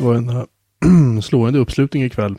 Det var en slående uppslutning ikväll.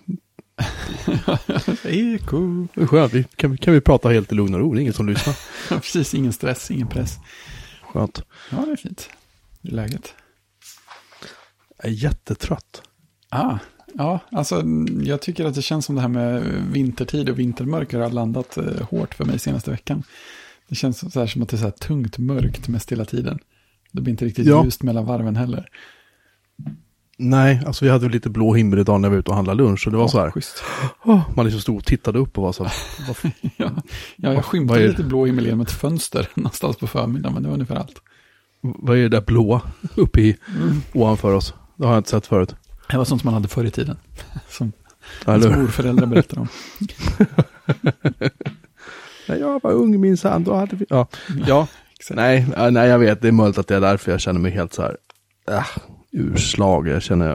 Eko. Det är skönt. Kan vi prata helt i lugn och ro. Det är ingen som lyssnar. Precis, ingen stress, ingen press. Skönt. Ja, det är fint. Det är läget. Jag är jättetrött. Ja, alltså jag tycker att det känns som det här med vintertid och vintermörker har landat hårt för mig senaste veckan. Det känns så här som att det är så här tungt mörkt mest hela tiden. Det blir inte riktigt ljust mellan varven heller. Nej, alltså vi hade lite blå himmel idag när vi var ute och handlade lunch. Och det var så här. Schysst. Man liksom stod och tittade upp och var så här. Jag skymtade lite blå himmel genom ett fönster någonstans på förmiddagen, men det var ungefär allt. Vad är det där blåa uppe i ovanför oss? Det har jag inte sett förut. Det var sånt som man hade förr i tiden. Som morföräldrar berättade om. När jag var ung minsann, då hade vi... Ja. Nej, jag vet. Det är möjligt att det är därför jag känner mig helt så här... urslag. Jag känner...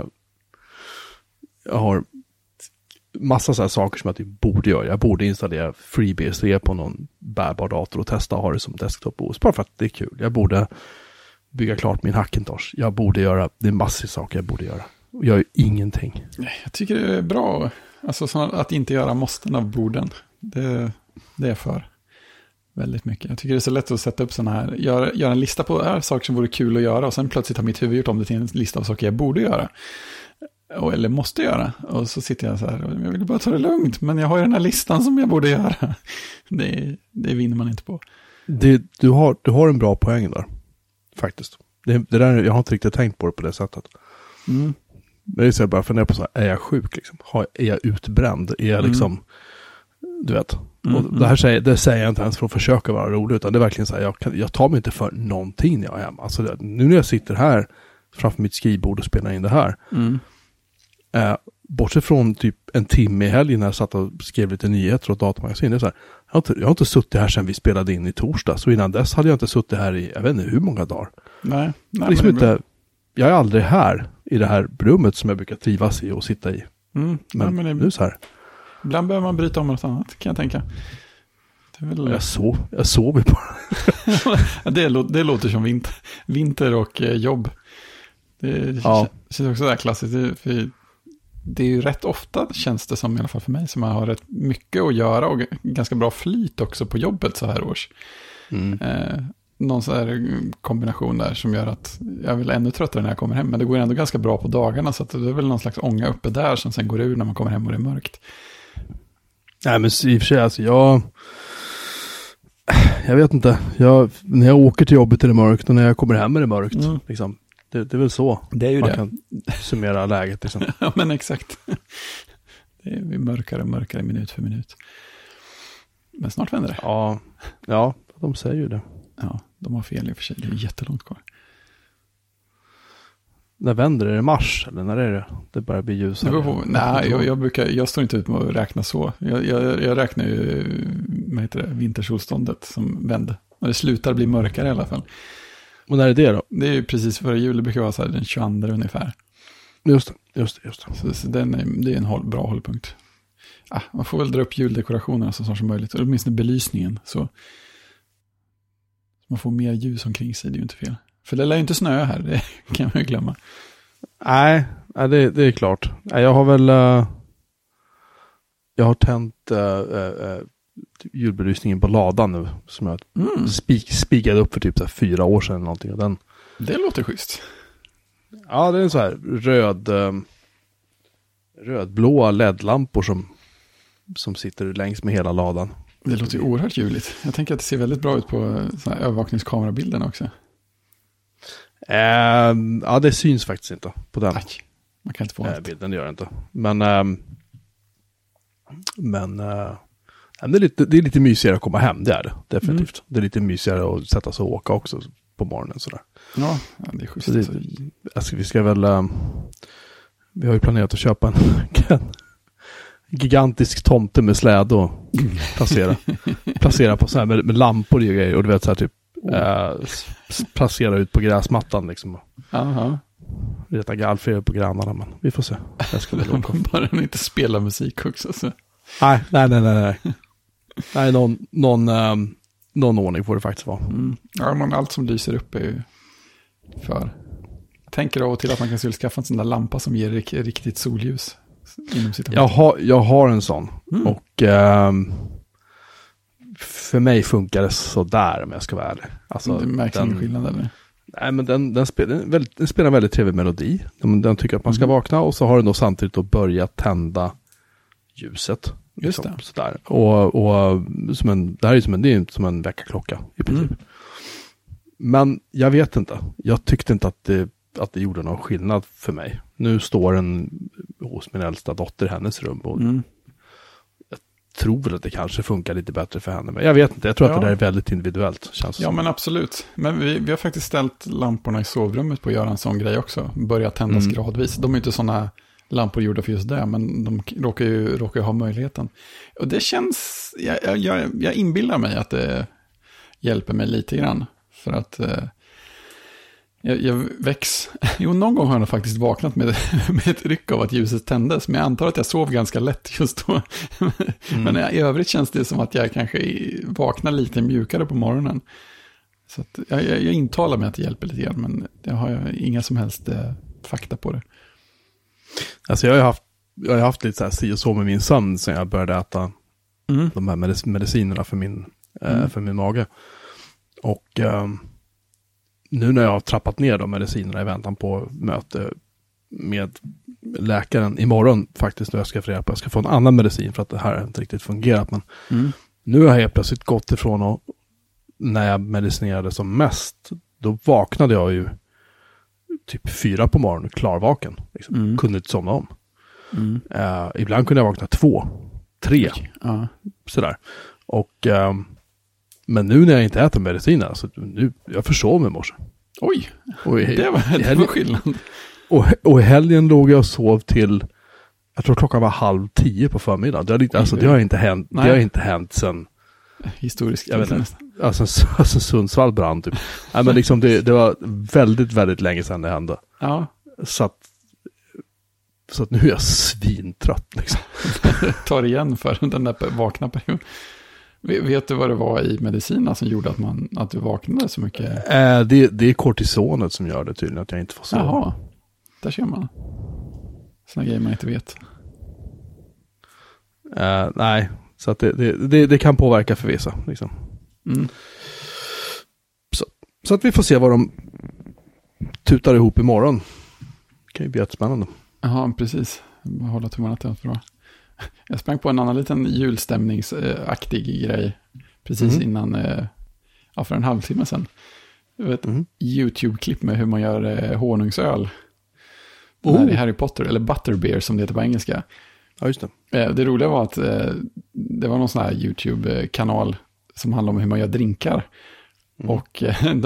Jag har massa så här saker som jag typ borde göra. Jag borde installera FreeBSD på någon bärbar dator och testa att ha det som desktop-OS. Bara för att det är kul. Jag borde bygga klart min Hackintosh. Jag borde göra... Det är massor saker jag borde göra. Och jag gör ingenting. Jag tycker det är bra. Alltså att inte göra måsten av borden. Det är för väldigt mycket. Jag tycker det är så lätt att sätta upp sådana här. Göra en lista på saker som vore kul att göra. Och sen plötsligt har mitt huvud gjort om det till en lista av saker jag borde göra. Eller måste göra. Och så sitter jag så här. Och jag vill bara ta det lugnt. Men jag har ju den här listan som jag borde göra. Det vinner man inte på. Du har en bra poäng där. Faktiskt. Det där, jag har inte riktigt tänkt på det på det sättet. Mm. Det är så jag bara funderar på så här, är jag sjuk liksom? Är jag utbränd? Är jag liksom, du vet. Och det säger jag inte ens för att försöka vara rolig, utan det är verkligen så här, jag tar mig inte för någonting när jag är hemma. Alltså nu när jag sitter här framför mitt skrivbord och spelar in det här. Bortsett från typ en timme i helgen när jag satt och skrev lite nyheter och datamagasin. Det är så här, jag har inte suttit här sedan vi spelade in i torsdag. Så innan dess hade jag inte suttit här i, jag vet inte hur många dagar. Nej liksom inte, jag är aldrig här i det här rummet som jag brukar trivas i och sitta i. Men nu så här. Ibland behöver man bryta om något annat, kan jag tänka. Det är väl... Jag sover bara. det låter som vinter och jobb. Det känns också där klassiskt. Det är ju rätt ofta, känns det som, i alla fall för mig, som man har rätt mycket att göra och ganska bra flyt också på jobbet så här års. Någon så här kombination där som gör att jag vill ännu tröttare när jag kommer hem, men det går ändå ganska bra på dagarna, så att det är väl någon slags ånga uppe där som sen går ur när man kommer hem och det är mörkt. Nej, men i och för sig, alltså jag vet inte. När jag åker till jobbet är det mörkt och när jag kommer hem är det mörkt. Liksom. Det är väl så det är ju man det. Kan summera läget. Liksom. Ja, men exakt. Det är mörkare och mörkare minut för minut. Men snart vänder det. Ja, de säger ju det. Ja, de har fel i och för sig. Det är jättelångt kvar. När vänder det? Är det mars? Eller när är det? Det börjar bli ljusare. Nej, jag står inte ut med att räkna så. Jag räknar ju, vintersolståndet som vände. När det slutar bli mörkare i alla fall. Och när är det då? Det är ju precis före jul. Det brukar vara så här den 22 ungefär. Just det. Så det är en bra hållpunkt. Man får väl dra upp juldekorationerna så snart som möjligt. Och åtminstone belysningen. Så man får mer ljus omkring sig, det är ju inte fel. För det lär ju inte snö här, det kan man ju glömma. Nej, det är klart. Jag har väl jag har tänt julbelysningen på ladan nu som jag spikade upp för typ så 4 år sedan eller någonting. Och det låter schysst. Ja, det är en så här rödblåa LED-lampor som sitter längs med hela ladan. Det låter ju oerhört juligt. Jag tänker att det ser väldigt bra ut på så här övervakningskamerabilderna också. Ja, det syns faktiskt inte på den. Man kan inte få bilden, det gör det inte. Men det är lite mysigare att komma hem, det är det. Definitivt. Det är lite mysigare att sätta sig och åka också på morgonen sådär. Ja, det är schysst. Vi ska väl vi har ju planerat att köpa en gigantisk tomte med släd och placera på så här med lampor och grejer, och du vet så här typ placera ut på gräsmattan liksom. Aha. Reta gallfrier på grannarna, men vi får se. Jag ska väl åka. Bara den inte spela musik också så. Nej. Nej, någon ordning får det faktiskt vara. Ja, men allt som lyser upp är ju för. Jag tänker då till att man kan skulle skaffa en sån där lampa som ger riktigt solljus inom sitt jag har en sån. Och för mig funkar det så där om jag ska vara ärlig. Alltså, det märks ingen skillnad eller? Nej, men den spelar en väldigt trevlig melodi. Den tycker att man ska vakna och så har den då samtidigt då börjat tända ljuset. Just det. Sådär. Och det här är som en väckarklocka i princip. Men jag vet inte. Jag tyckte inte att det gjorde någon skillnad för mig. Nu står den hos min äldsta dotter i hennes rum och jag tror att det kanske funkar lite bättre för henne. Men jag vet inte. Jag tror att det där är väldigt individuellt. Känns ja, men absolut. Men vi har faktiskt ställt lamporna i sovrummet på att göra en sån grej också. Börja tändas gradvis. De är inte sådana lampor gjorda för just det, men de råkar ju ha möjligheten. Och det känns, jag inbillar mig att det hjälper mig lite grann. För att jag väcks. Jo, någon gång har jag faktiskt vaknat med ett ryck av att ljuset tändes, men jag antar att jag sov ganska lätt just då. Men i övrigt känns det som att jag kanske vaknar lite mjukare på morgonen. Så att jag intalar mig att det hjälper lite grann, men jag har inga som helst fakta på det. Alltså jag har haft lite så här si och så med min sömn sen jag började äta de här medicinerna för min mage. Och nu när jag har trappat ner de medicinerna i väntan på möte med läkaren imorgon faktiskt, då jag ska få en annan medicin för att det här inte riktigt fungerat. Men nu har jag helt plötsligt gått ifrån och när jag medicinerade som mest, då vaknade jag ju typ 4 på morgonen, klarvaken. Liksom. Kunde inte somna om. Ibland kunde jag vakna 2, 3. Sådär. Och men nu när jag inte äter mediciner, så nu, jag försov mig i morse. Oj, det var skillnad. Och i helgen låg jag och sov till, jag tror klockan var 9:30 på förmiddagen. Det har inte hänt sen historiskt. Jag vet inte. Alltså Sundsvall brann typ. Nej, men liksom det var väldigt, väldigt länge sedan det hände. Ja. Så att nu är jag svintrött liksom. Tar igen för den där vakna perioden. Vet du vad det var i medicinen som gjorde att du vaknade så mycket? Det är kortisonet som gör det tydligen, att jag inte får sova. Jaha, där ser man. Såna grejer man inte vet. Nej, så att det kan påverka för vissa. Liksom. Så att vi får se vad de tutar ihop imorgon. Det kan ju bli jättespännande. Ja, precis. Jag håller tummarna till för bra. Jag sprang på en annan liten julstämningsaktig grej precis innan, för en halvtimme sedan. YouTube-klipp med hur man gör honungsöl. I Harry Potter, eller butterbeer som det heter på engelska. Ja, just det. Det roliga var att det var någon sån här YouTube-kanal som handlar om hur man gör drinkar. Och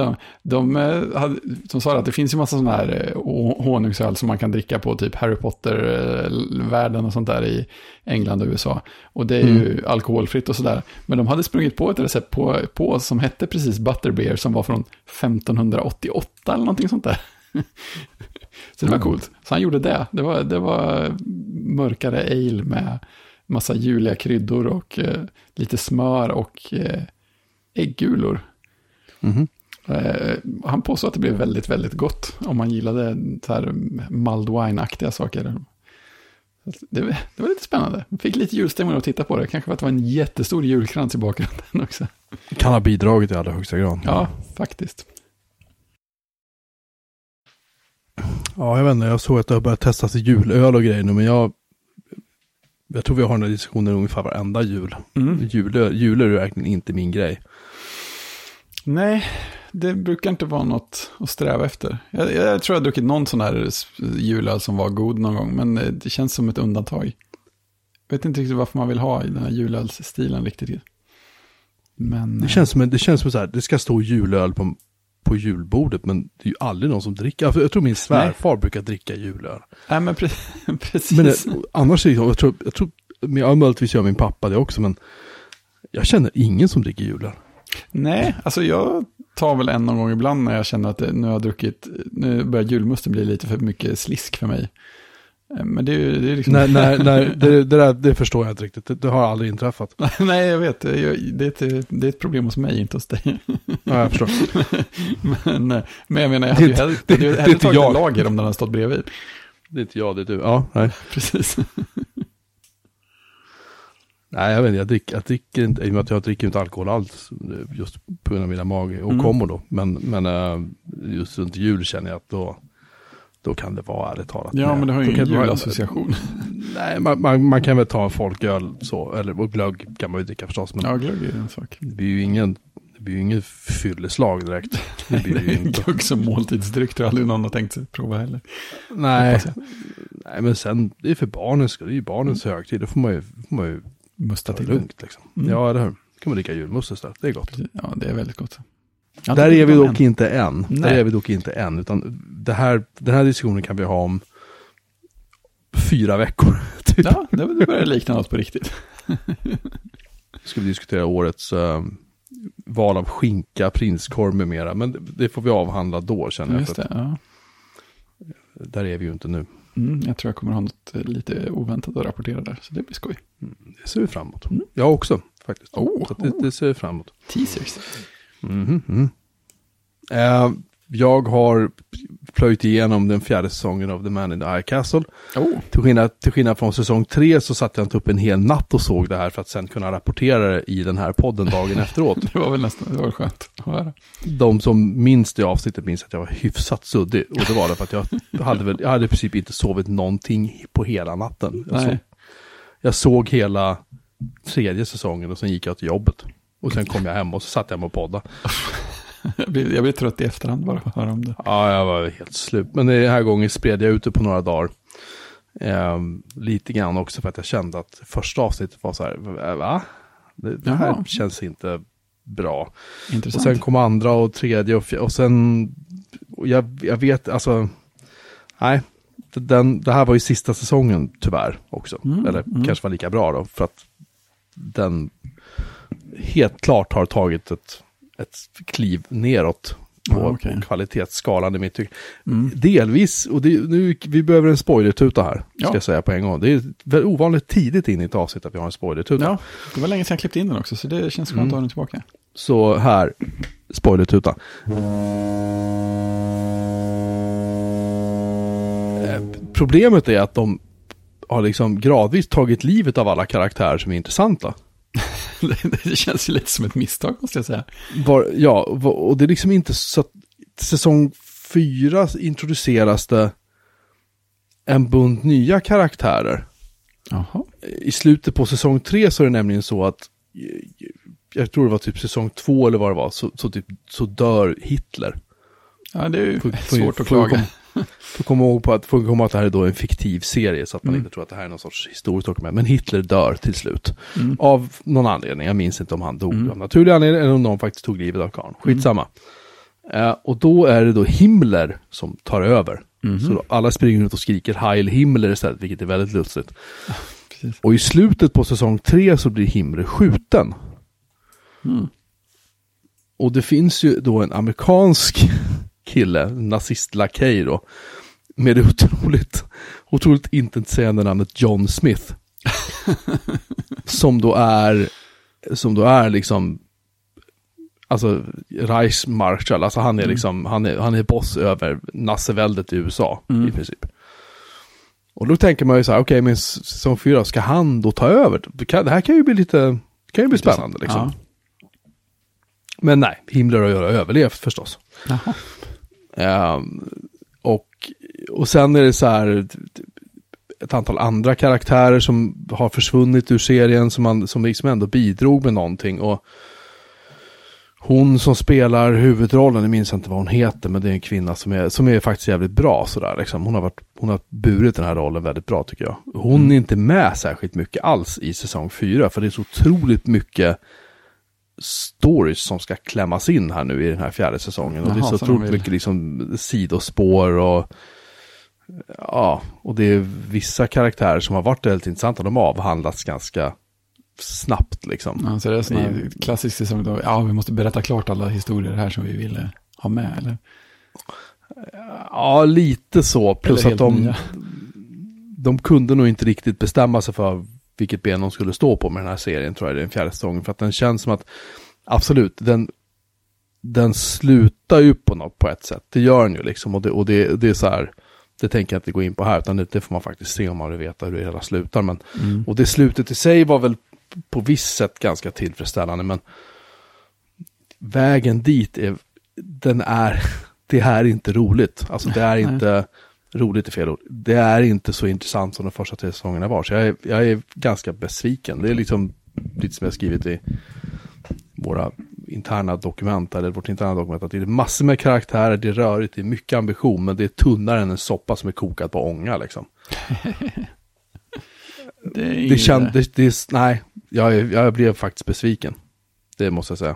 de sa att det finns ju massa sådana här honungsöl som man kan dricka på typ Harry Potter-världen och sånt där i England och USA. Och det är ju alkoholfritt och sådär. Men de hade sprungit på ett recept på som hette precis Butterbeer som var från 1588 eller någonting sånt där. Så det var coolt. Så han gjorde det. Det var mörkare ale med massa juliga kryddor och lite smör och äggulor. Han påstod att det blev väldigt, väldigt gott om man gillade så här mulled wine-aktiga saker. Det var lite spännande. Fick lite julstämning att titta på det. Kanske för att det var en jättestor julkrans i bakgrunden också. Kan ha bidragit i allra högsta grad. Ja, faktiskt. Ja, jag vet inte. Jag såg att det har börjat testas i julöl och grejer nu, men jag tror vi har den här diskussionen ungefär varenda jul. Juler är verkligen inte min grej. Nej, det brukar inte vara något att sträva efter. Jag tror jag har druckit någon sån här julöl som var god någon gång, men det känns som ett undantag. Jag vet inte riktigt varför man vill ha i den här julölsstilen riktigt. Men det känns som så här, det ska stå julöl på julbordet, men det är ju aldrig någon som dricker. Jag tror min svärfar brukar dricka julöl. Nej, men precis. Men annars jag tror jag möjligtvis gör min pappa det också, men jag känner ingen som dricker julöl. Nej, alltså jag tar väl en gång ibland när jag känner att nu har jag druckit, nu börjar julmusten bli lite för mycket slisk för mig. Men det är liksom... Nej, det förstår jag inte riktigt. Det har aldrig inträffat. Nej, jag vet. Det är ett problem hos mig, inte hos dig. Ja, jag förstår. men jag menar, jag hade ju hellre tagit en lager om den hade stått bredvid. Det är inte jag, det är du. Ja, nej. Precis. Nej, jag vet inte. Jag dricker inte, i och med att jag dricker inte alkohol alls, just på grund av mina mage och kommer då. Men just runt jul känner jag att då kan det vara ärligt talat. Ja, men det har ju ingen julassociation. Nej, man kan väl ta en folköl så, och glögg kan man ju dricka förstås. Men ja, glögg är en sak. Det blir ju ingen fylleslag direkt. Det blir ju inte. Glögg som måltidsdryck tror jag aldrig någon har tänkt sig prova heller. Nej, men sen, det är för barnens skull, det är ju barnens högtid. Då får man ju musta till lugnt liksom. Ja, eller hur? Kan man dricka julmust istället. Det är gott. Ja, det är väldigt gott. Ja, där är vi dock inte än. Nej. Där är vi dock inte än. Utan den här diskussionen kan vi ha om 4 veckor. Typ. Ja, det börjar likna något på riktigt. Ska vi diskutera årets val av skinka, prinskorv med mera. Men det får vi avhandla då, känner jag. Just det, ja. Där är vi ju inte nu. Jag tror jag kommer ha något lite oväntat att rapportera där. Så det blir skoj. Det ser vi fram emot. Jag också, faktiskt. Så det ser vi fram emot. Teasers. Jag har plöjt igenom den 4:e säsongen av The Man in the High Castle. Till skillnad från säsong 3 så satt jag inte upp en hel natt och såg det här för att sen kunna rapportera det i den här podden dagen efteråt. Det var väl skönt att höra. De som minns det avsnittet minns att jag var hyfsat suddig. Och det var det för att jag hade i princip inte sovit någonting på hela natten. Jag såg hela 3:e säsongen och sen gick jag till jobbet. Och sen kom jag hem och så satt jag med och podda. Jag blir trött i efterhand bara att höra om det. Ja, jag var helt slut. Men den här gången spred jag ut det på några dagar. Lite grann också för att jag kände att första avsnittet var så här, va? Det här känns inte bra. Intressant. Och sen kom andra och tredje och sen, jag vet, alltså, nej. Det här var ju sista säsongen tyvärr också. Eller kanske var lika bra då. För att den helt klart har tagit ett kliv neråt på kvalitetsskalan i mitt tycke. Delvis, och vi behöver en spoilertuta här, ska jag säga på en gång. Det är väl ovanligt tidigt in i ett avsnitt att vi har en spoilertuta. Ja, det var länge sedan jag klippte in den också, så det känns skönt att ha den tillbaka. Så här, spoilertuta. Problemet är att de har liksom gradvis tagit livet av alla karaktärer som är intressanta. Det känns ju lite som ett misstag, måste jag säga. Och det är liksom inte så att säsong 4 introduceras det en bunt nya karaktärer. Aha. I slutet på säsong 3 så är det nämligen så att jag tror det var typ säsong 2 eller vad det var, så dör Hitler. Ja, det är ju svårt att klaga. Får komma ihåg att det här är då en fiktiv serie så att man inte tror att det här är någon sorts historiskt dokument. Men Hitler dör till slut. Av någon anledning. Jag minns inte om han dog av naturlig anledning eller om någon faktiskt tog livet av karln. Skitsamma. Och då är det då Himmler som tar över. Så då alla springer ut och skriker Heil Himmler istället, vilket är väldigt lustigt. Och i slutet på säsong 3 så blir Himmler skjuten. Och det finns ju då en amerikansk kille, nazist-lakej då, med det otroligt intetsägande namnet John Smith. som då är liksom, alltså Reichsmarschall, alltså han är liksom, han är boss över nasseväldet i USA i princip. Och då tänker man ju så här, okej, men säsong 4, ska han då ta över? Det här kan ju bli spännande liksom. Ja. Men nej, Himmler har ju överlevt förstås. Jaha. Och sen är det så här ett antal andra karaktärer som har försvunnit ur serien som liksom ändå bidrog med någonting. Och hon som spelar huvudrollen, jag minns inte vad hon heter, men det är en kvinna som är faktiskt jävligt bra sådär liksom. Hon har burit den här rollen väldigt bra tycker jag. Hon är inte med särskilt mycket alls i säsong 4 för det är så otroligt mycket stories som ska klämmas in här nu i den här 4:e säsongen. Och det är så otroligt mycket liksom sidospår och och det är vissa karaktärer som har varit väldigt intressanta. De har avhandlats ganska snabbt liksom. Ja, så det är sån här klassisk säsong då, vi måste berätta klart alla historier här som vi ville ha med, eller? Ja, lite så. Plus att de kunde nog inte riktigt bestämma sig för vilket ben de skulle stå på med den här serien, tror jag, i den 4:e säsongen. För att den känns som att, absolut, den slutar ju på ett sätt. Det gör den ju liksom. Och det är så här, det tänker jag inte gå in på här, utan det får man faktiskt se om man vill veta hur det hela slutar. Men, och det slutet i sig var väl på visst sätt ganska tillfredsställande, men vägen dit det här är inte roligt. Alltså det är inte roligt i fel ord. Det är inte så intressant som de första 3 säsongerna var. Så jag är ganska besviken. Det är liksom lite som jag skrivit i våra interna dokument, eller vårt interna dokument, att det är massor med karaktärer, det är rörigt, det är mycket ambition, men det är tunnare än en soppa som är kokad på ånga liksom. Nej, jag blev faktiskt besviken. Det måste jag säga.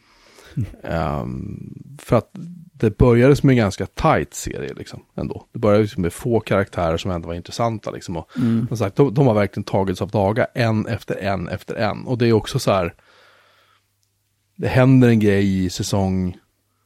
För att det började som en ganska tight serie liksom, ändå. Det började liksom med få karaktärer som ändå var intressanta liksom. Och som sagt, de har verkligen tagits av dagar, en efter en. Och det är också så här, det händer en grej i säsong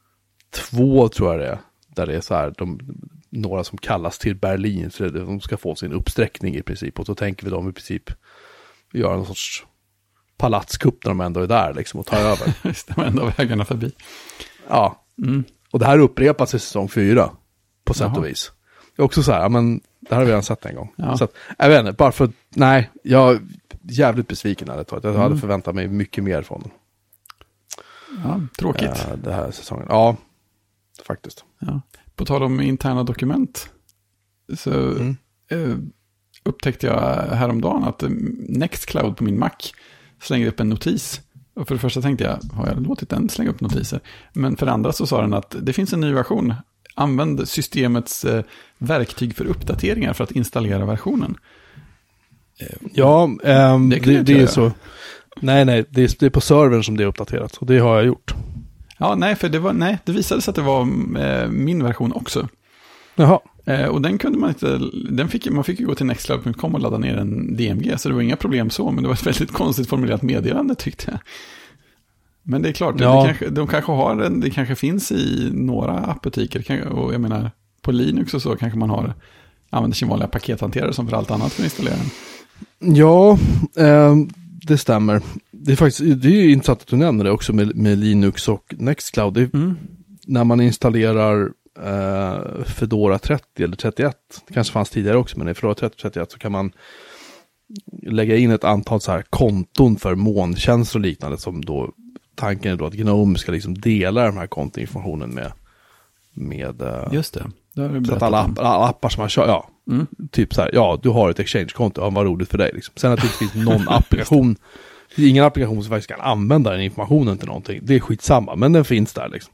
2, tror jag det är, där det är så här, några som kallas till Berlin för de ska få sin uppsträckning i princip, och då tänker vi dem i princip göra någon sorts palatskupp när de ändå är där liksom, och tar över. Just det, de ändå vägarna förbi. Ja, och det här upprepas i säsong 4 på sätt och vis. Det är också så här, men det här har vi redan sett en gång. Så att, jag vet inte, bara för nej, jag är jävligt besviken här. Jag hade förväntat mig mycket mer från den. Ja, tråkigt. Det här säsongen. Ja, faktiskt. Ja. På tal om interna dokument så upptäckte jag häromdagen att Nextcloud på min Mac slänger upp en notis. Och för det första tänkte jag, har jag låtit den slänga upp notiser? Men för det andra så sa den att det finns en ny version. Använd systemets verktyg för uppdateringar för att installera versionen. Ja, det är så. Nej, det är på servern som det är uppdaterat. Och det har jag gjort. Ja, det visade sig att det var min version också. Jaha. Och den kunde man inte, man fick ju gå till nextcloud.com och ladda ner en DMG, så det var inga problem så, men det var ett väldigt konstigt formulerat meddelande, tyckte jag. Men det är klart, de kanske har det kanske finns i några appbutiker, och jag menar, på Linux och så kanske man använder sin vanliga pakethanterare som för allt annat för att installera den. Ja, det stämmer. Det är ju intressant att du nämner det också med Linux och Nextcloud. När man installerar Fedora 30 eller 31, det kanske fanns tidigare också, men i Fedora 30 31 så kan man lägga in ett antal så här konton för molntjänster och liknande, som då tanken är då att GNOME ska liksom dela den här kontoinformationen med just det. Så att alla appar som man kör, typ så här, du har ett Exchange-konto, vad roligt för dig liksom. Sen att det inte finns någon applikation, det är ingen applikation som faktiskt kan använda den informationen till någonting, det är skitsamma, men den finns där liksom.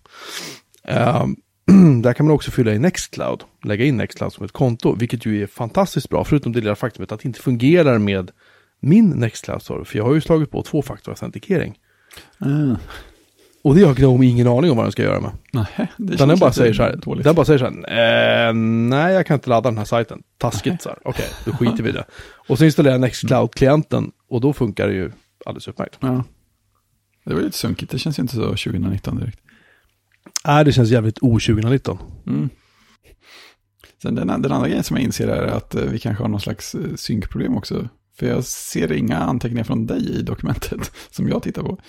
Där kan man också fylla i Nextcloud, lägga in Nextcloud som ett konto, vilket ju är fantastiskt bra, förutom det lilla faktumet att det inte fungerar med min Nextcloud-server, för jag har ju slagit på 2-faktor-autentikering. Och det har GNOME ingen aning om vad den ska göra med. Nej, den bara säger så här, nej, jag kan inte ladda den här sajten. Taskigt så här. Okej, då skiter vi i det. Och så installerar jag Nextcloud-klienten, och då funkar det ju alldeles utmärkt. Ja. Det var lite sunkigt, det känns inte så 2019 direkt. Nej, det känns jävligt o-2019. Sen den andra grejen som jag inser är att vi kanske har någon slags synkproblem också. För jag ser inga anteckningar från dig i dokumentet som jag tittar på.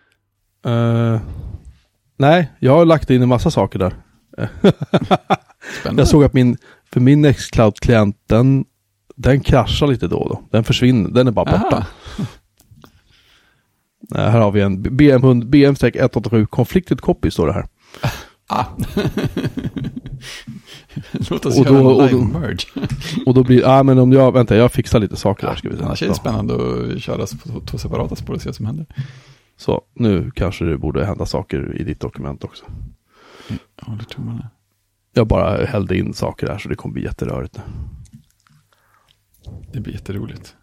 Nej, jag har lagt in en massa saker där. Spännande. Jag såg att min Nextcloud-klient, den kraschar lite då och då. Den försvinner, den är bara borta. Här har vi en BM-187 conflicted copy, står det här. Låt oss göra en live-merge. Och då blir, men om jag fixar lite saker där, ska vi säga. Annars är det spännande att köra på 2 separata spår och se vad som händer. Så, nu kanske det borde hända saker i ditt dokument också. Ja, det tror man. Jag bara hällde in saker där, så det kommer bli jätterörigt. Det blir jätteroligt.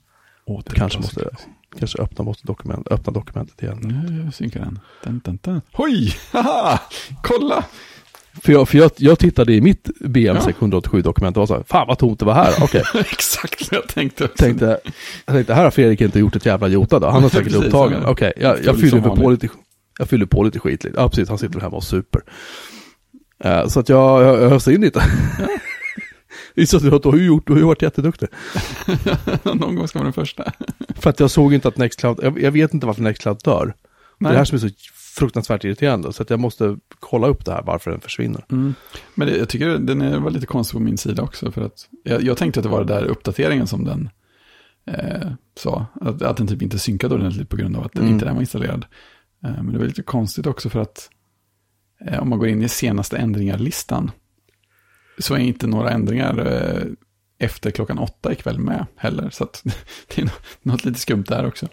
Kanske öppna dokumentet igen. Nu jag synkar den. Hoj! Haha! Kolla! För jag tittade i mitt BM 187-dokument och var så här, fan vad tomt det var här. Okay. Exakt vad jag tänkte också. Jag tänkte, här har Fredrik inte gjort ett jävla jota då. Han har säkert upptagen. Okej, jag fyller på lite skit. Ja, precis, han sitter hemma och super. Så att jag höstar in lite. Det är så att du har ju varit jätteduktig. Någon gång ska vara den första. För att jag såg inte att Nextcloud, jag vet inte varför Nextcloud dör. Nej. Det är det här som är så fruktansvärt irriterande. Så att jag måste kolla upp det här, varför den försvinner. Men jag tycker den var lite konstig på min sida också. För att jag tänkte att det var den där uppdateringen som den sa. Att den typ inte synkade ordentligt på grund av att den inte var installerad. Men det var lite konstigt också för att om man går in i senaste ändringar-listan så är inte några ändringar efter klockan 8 ikväll med heller. Så att det är något lite skumt där också.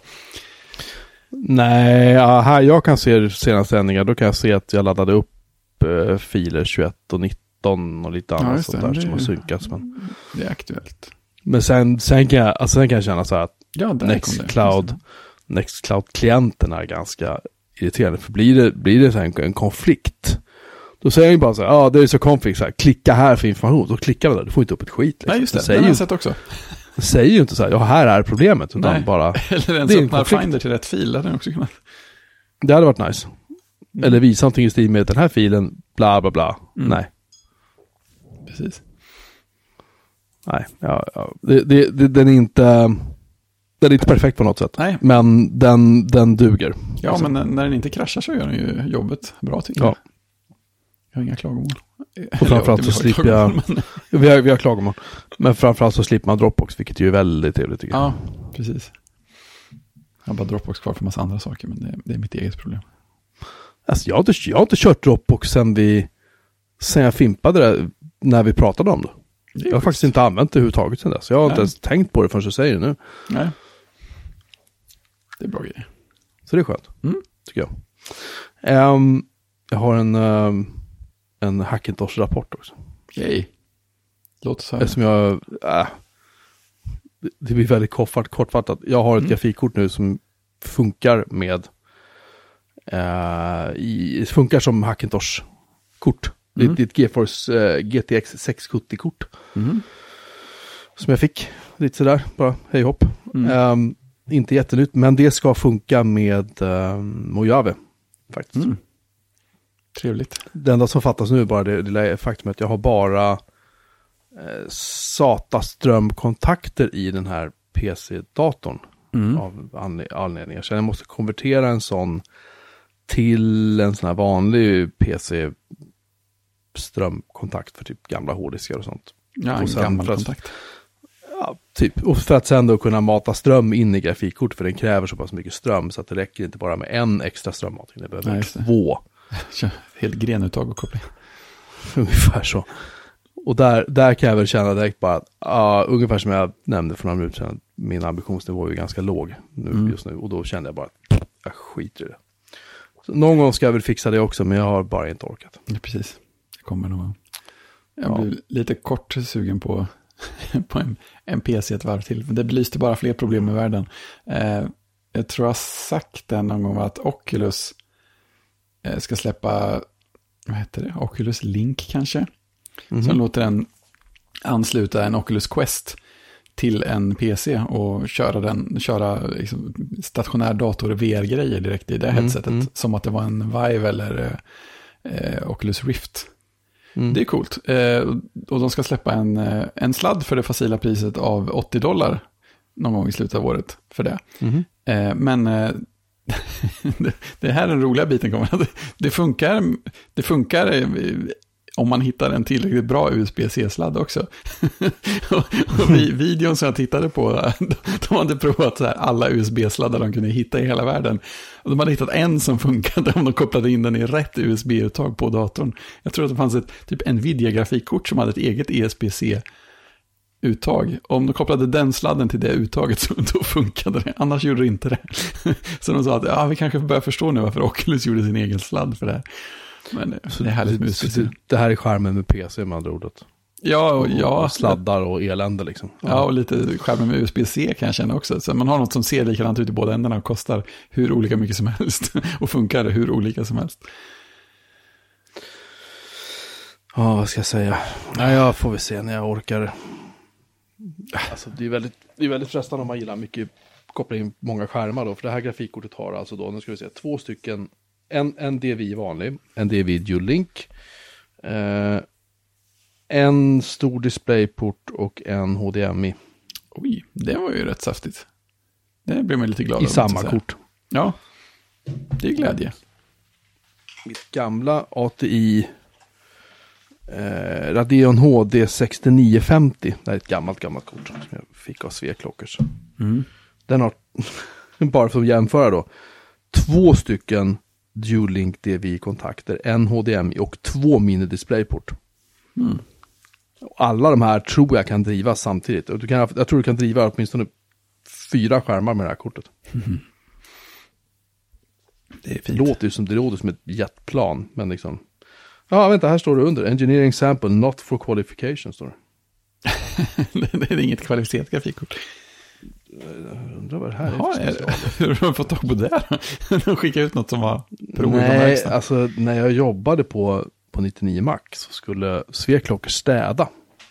Nej, här jag kan se senaste ändringar. Då kan jag se att jag laddade upp filer 21 och 19 och lite annat sånt där som har synkats. Men det är aktuellt. Men sen kan jag känna så här att Nextcloud-klienten är ganska irriterande. För blir det så här en konflikt, då säger jag bara så här, det är så konflikt, så här, klicka här för information. Då klickar vi där, du får inte upp ett skit. Liksom. Nej, just det har jag sett också. Det säger ju inte så här, här är problemet. Utan bara, eller ens öppnar Finder till rätt fil. Hade också kunnat. Det hade varit nice. Eller visa någonting i stil med den här filen, bla bla bla. Nej. Precis. Nej, den är inte perfekt på något sätt. Nej. Men den duger. Ja, alltså. Men när den inte kraschar så gör den ju jobbet bra tycker jag. Jag har inga klagomål. Och framförallt så slipper jag... Vi har klagomål. Men framförallt så slipper man Dropbox, vilket är ju väldigt trevligt tycker jag. Ja, precis. Jag har bara Dropbox kvar för massa andra saker, men det är mitt eget problem. Alltså jag har inte kört Dropbox sen jag fimpade det när vi pratade om det. Jag har faktiskt inte använt det överhuvudtaget sen dess. Jag har inte ens tänkt på det förrän jag säger det nu. Nej. Det är bra grejer. Så det är skönt, tycker jag. Jag har en Hackintosh-rapport också. Okej. Låt oss höra. Eftersom det blir väldigt kortfattat. Jag har ett grafikkort nu som funkar med funkar som Hackintosh-kort. Det är ett GeForce GTX 670-kort. Som jag fick lite sådär, bara hej hopp. Inte jättenytt, men det ska funka med Mojave faktiskt. Trevligt. Det enda som fattas nu är bara det lilla faktum att jag har bara SATA-strömkontakter i den här PC-datorn av anledningar. Så jag måste konvertera en sån till en sån här vanlig PC-strömkontakt för typ gamla hårddiskar och sånt. Ja, en gammal kontakt. Ja, typ. Och för att sen då kunna mata ström in i grafikkort, för den kräver så pass mycket ström så att det räcker inte bara med en extra strömmatning, det behöver 2. Helt grenuttag och koppling. Ungefär så. Och där kan jag väl känna direkt bara att ungefär som jag nämnde för några minuter sedan, min ambitionsnivå är ju ganska låg just nu, och då kände jag bara att jag skiter i det. Så någon gång ska jag väl fixa det också, men jag har bara inte orkat. Ja, precis. Det kommer nog. Jag blir lite kort sugen på en PC ett varv till. Det belyste bara fler problem i världen. Jag tror jag har sagt det någon gång att Oculus ska släppa, vad heter det? Oculus Link kanske. Som låter den ansluta en Oculus Quest till en PC och köra liksom stationär dator VR-grejer direkt i det headsetet. Som att det var en Vive eller Oculus Rift. Det är coolt. Och de ska släppa en sladd för det facila priset av $80 någon gång i slutet av året för det. Men det här är den roliga biten. Det funkar om man hittar en tillräckligt bra USB-C-sladd också. och videon som jag tittade på, de hade provat så här alla USB-sladdar de kunde hitta i hela världen. Och de hade hittat en som funkade om de kopplade in den i rätt USB-uttag på datorn. Jag tror att det fanns ett typ Nvidia-grafikkort som hade ett eget ESP-C-uttag. Om de kopplade den sladden till det uttaget så då funkade det. Annars gjorde det inte det. Så de sa att vi kanske börjar förstå nu varför Oculus gjorde sin egen sladd för det här. Men det är härligt med det här är skärmen med PC med andra ordet. Ja. Och sladdar och elände liksom. Ja, och lite skärmen med USB-C kan jag känna också. Så man har något som ser likadant ut i båda ändarna och kostar hur olika mycket som helst. Och funkar hur olika som helst. Ja, vad ska jag säga? Nej, jag får väl se när jag orkar. Alltså, det är väldigt frestande om man gillar mycket, koppla in många skärmar då. För det här grafikkortet har alltså då, nu ska vi se, 2 stycken. En DVI vanlig, en DVI Dual Link, en stor DisplayPort och en HDMI. Oj, det var ju rätt saftigt. Det blir man lite glad i samma kort. Ja, det är glädje. Mitt gamla ATI Radeon HD 6950. Det är ett gammalt kort som jag fick av Sveklockers. Den har, bara för att jämföra då, 2 stycken Dual-Link DVI-kontakter, en HDMI och 2 mini-DisplayPort. Alla de här tror jag kan drivas samtidigt. Och jag tror du kan driva åtminstone 4 skärmar med det här kortet. Det är fint. Det låter som ett jetplan, men liksom... Ja, vänta, här står det under. Engineering sample, not for qualification, står det. Det är inget kvalificerat grafikkort. Jag undrar vad det här hur har du fått tag på det? De skickade ut något som var provet. Nej, alltså när jag jobbade på 99 Mac så skulle Sveklocker städa.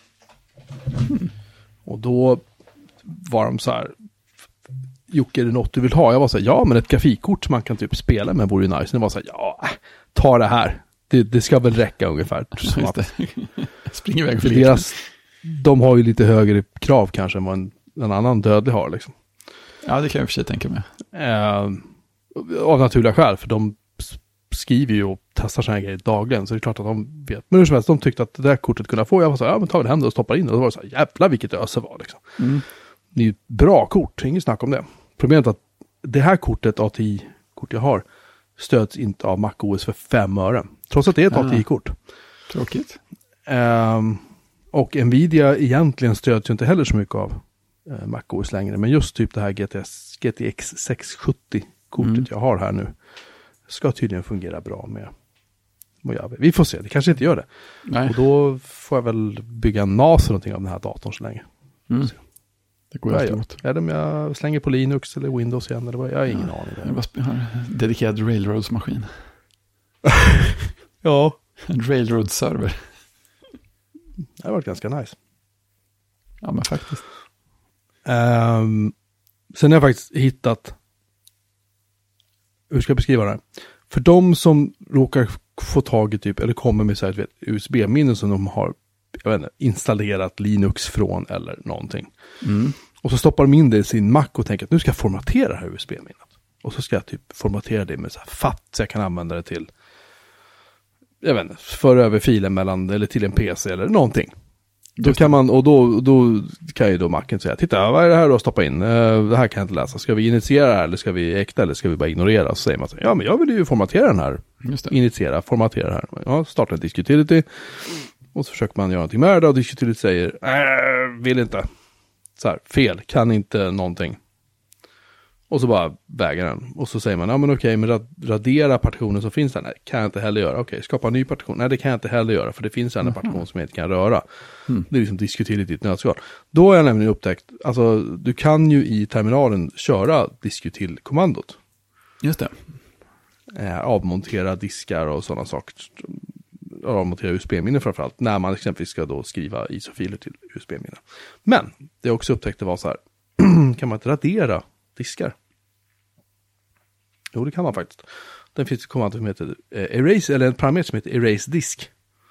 Och då var de så här: Jocke, är det något du vill ha? Jag var så här, ja, men ett grafikkort som man kan typ spela med vore ju nice. Det var så här, ja, ta det här. Det ska väl räcka ungefär. Spring iväg för de har ju lite högre krav kanske än vad en annan dödlig har liksom. Ja, det kan jag i och för sig tänka mig. Av naturliga skäl, för de skriver ju och testar såna här grejer dagligen, så det är klart att de vet. Men hur som helst, de tyckte att det där kortet kunde få. Jag var så här, ja men ta det hem och stoppar in. Och då var det så här, jävla vilket öse var liksom. Det är ju ett bra kort, inget snack om det. Problemet är att det här kortet, ATI-kort jag har, stöds inte av MacOS för 5 öre. Trots att det är ett ATI-kort. Tråkigt. Och Nvidia egentligen stöds ju inte heller så mycket av MacOS längre. Men just typ det här GTX 670-kortet jag har här nu ska tydligen fungera bra med Mojave. Vi får se, det kanske inte gör det. Nej. Och då får jag väl bygga en NAS eller någonting av den här datorn så länge. Det går alltid åt. Eller om jag slänger på Linux eller Windows igen. Eller vad, jag har ingen aning. Jag har dedikerad Railroads-maskin. Ja. En Railroad-server. Det har varit ganska nice. Ja, men faktiskt. Sen har jag faktiskt hittat, hur ska jag beskriva det här? För de som råkar få tag i typ, eller kommer med så här, USB-minnen som de har, jag vet inte, installerat Linux från eller någonting. Och så stoppar de in det i sin Mac och tänker att nu ska jag formatera det här USB-minnet. Och så ska jag typ formatera det med så här FAT så jag kan använda det till, jag vet inte, föra över filen mellan, eller till en PC eller någonting. Då kan man, och då kan ju då Macen säga, titta, vad är det här då, stoppa in? Det här kan jag inte läsa. Ska vi initiera det här, eller ska vi äkta, eller ska vi bara ignorera? Så säger man så, ja men jag vill ju formatera den här. Initiera, formatera det här. Ja, starta en Diskutility. Och så försöker man göra någonting med det, och Diskutility säger, vill inte. Så här, fel, kan inte någonting. Och så bara väger den. Och så säger man, ja men okej, men radera partitionen som finns där. Nej, kan jag inte heller göra. Okej, skapa en ny partition. Nej, det kan jag inte heller göra, för det finns en partition som jag inte kan röra. Det är liksom Diskutility i ett nötskal. Då har jag nämligen upptäckt, alltså du kan ju i terminalen köra Diskutil-kommandot. Just det. Avmontera diskar och sådana saker. Avmontera USB-minnen framförallt. När man exempelvis ska då skriva ISO-filer till USB-minnen. Men det jag också upptäckte var så här, kan man inte radera diskar? Jo, det kan man faktiskt. Den finns ett kommando som heter erase, eller en parameter som heter erase disk.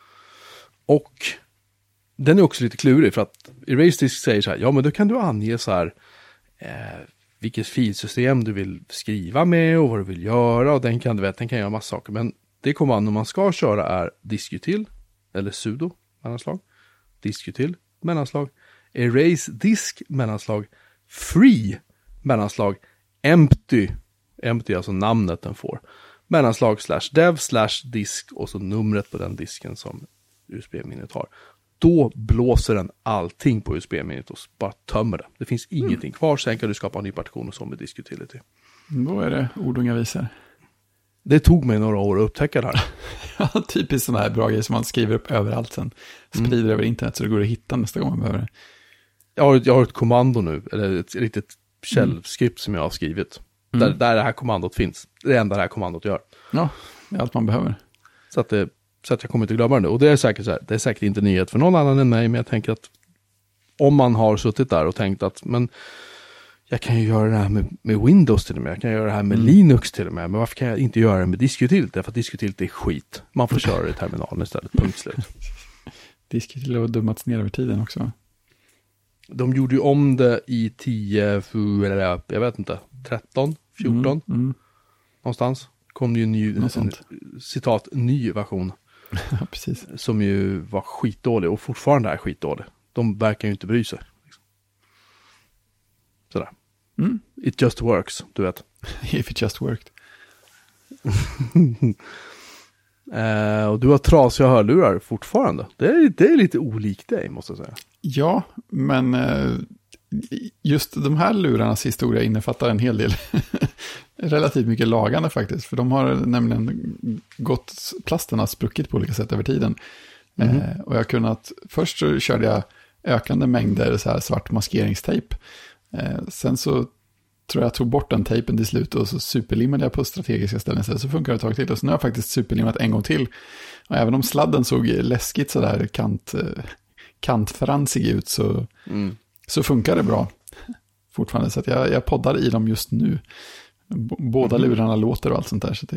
Och den är också lite klurig, för att erase disk säger så här, ja men då kan du ange så här vilket filsystem du vill skriva med och vad du vill göra, och den kan göra massa saker, men det kommando man ska köra är diskutil eller sudo mellanslag, diskutil mellanslag, erase disk mellanslag, free mellanslag, empty alltså namnet den får, mellanslag /dev /disk och så numret på den disken som USB-minnet har. Då blåser den allting på USB-minnet och bara tömmer det. Det finns ingenting kvar, sen kan du skapa en ny partition och så med Diskutility. Då är det ord och inga visor. Det tog mig några år att upptäcka det här. Ja, typiskt sådana här bra grejer som man skriver upp överallt sen. Sprider över internet så det går att hitta nästa gång man behöver det. Jag har ett kommando nu, eller ett riktigt källskript som jag har skrivit. Där det här kommandot finns. Det enda det här kommandot gör. Ja, det är allt man behöver. Så att jag kommer inte glömma det. Och det är säkert så här, det är säkert inte nyhet för någon annan än mig, men jag tänker att om man har suttit där och tänkt att men jag kan ju göra det här med Windows till och med, jag kan göra det här med Linux till och med, men varför kan jag inte göra det med Diskutility? Därför att Diskutility är skit. Man får köra det i terminalen istället, punkt slut. Disketil har dummats ner över tiden också. De gjorde ju om det i 10, eller jag vet inte, 13, 14. Någonstans kom det ju en ny, citat, ny version. Ja, precis. Som ju var skitdålig och fortfarande är skitdålig. De verkar ju inte bry sig. Liksom. Sådär. It just works, du vet. If it just worked. Och du har trasiga hörlurar fortfarande. Det är lite olikt dig, måste jag säga. Ja, men just de här lurarnas historia innefattar en hel del relativt mycket lagande faktiskt. För de har nämligen plasten har spruckit på olika sätt över tiden. Och jag har kunnat, först så körde jag ökande mängder så här svart maskeringstejp. Sen så tror jag tog bort den tejpen till slut och så superlimmade jag på strategiska ställen, så funkar det ett tag till. Och så nu har jag faktiskt superlimmat en gång till. Och även om sladden såg läskigt sådär kantfransig ut så funkar det bra fortfarande. Så att jag poddar i dem just nu. Båda lurarna låter och allt sånt där. Så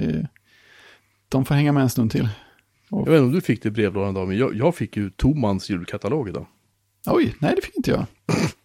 de får hänga med en stund till. Jag vet inte om du fick det i brevlådan idag, men jag fick ju Tomans julkatalog idag. Oj, nej det fick inte jag.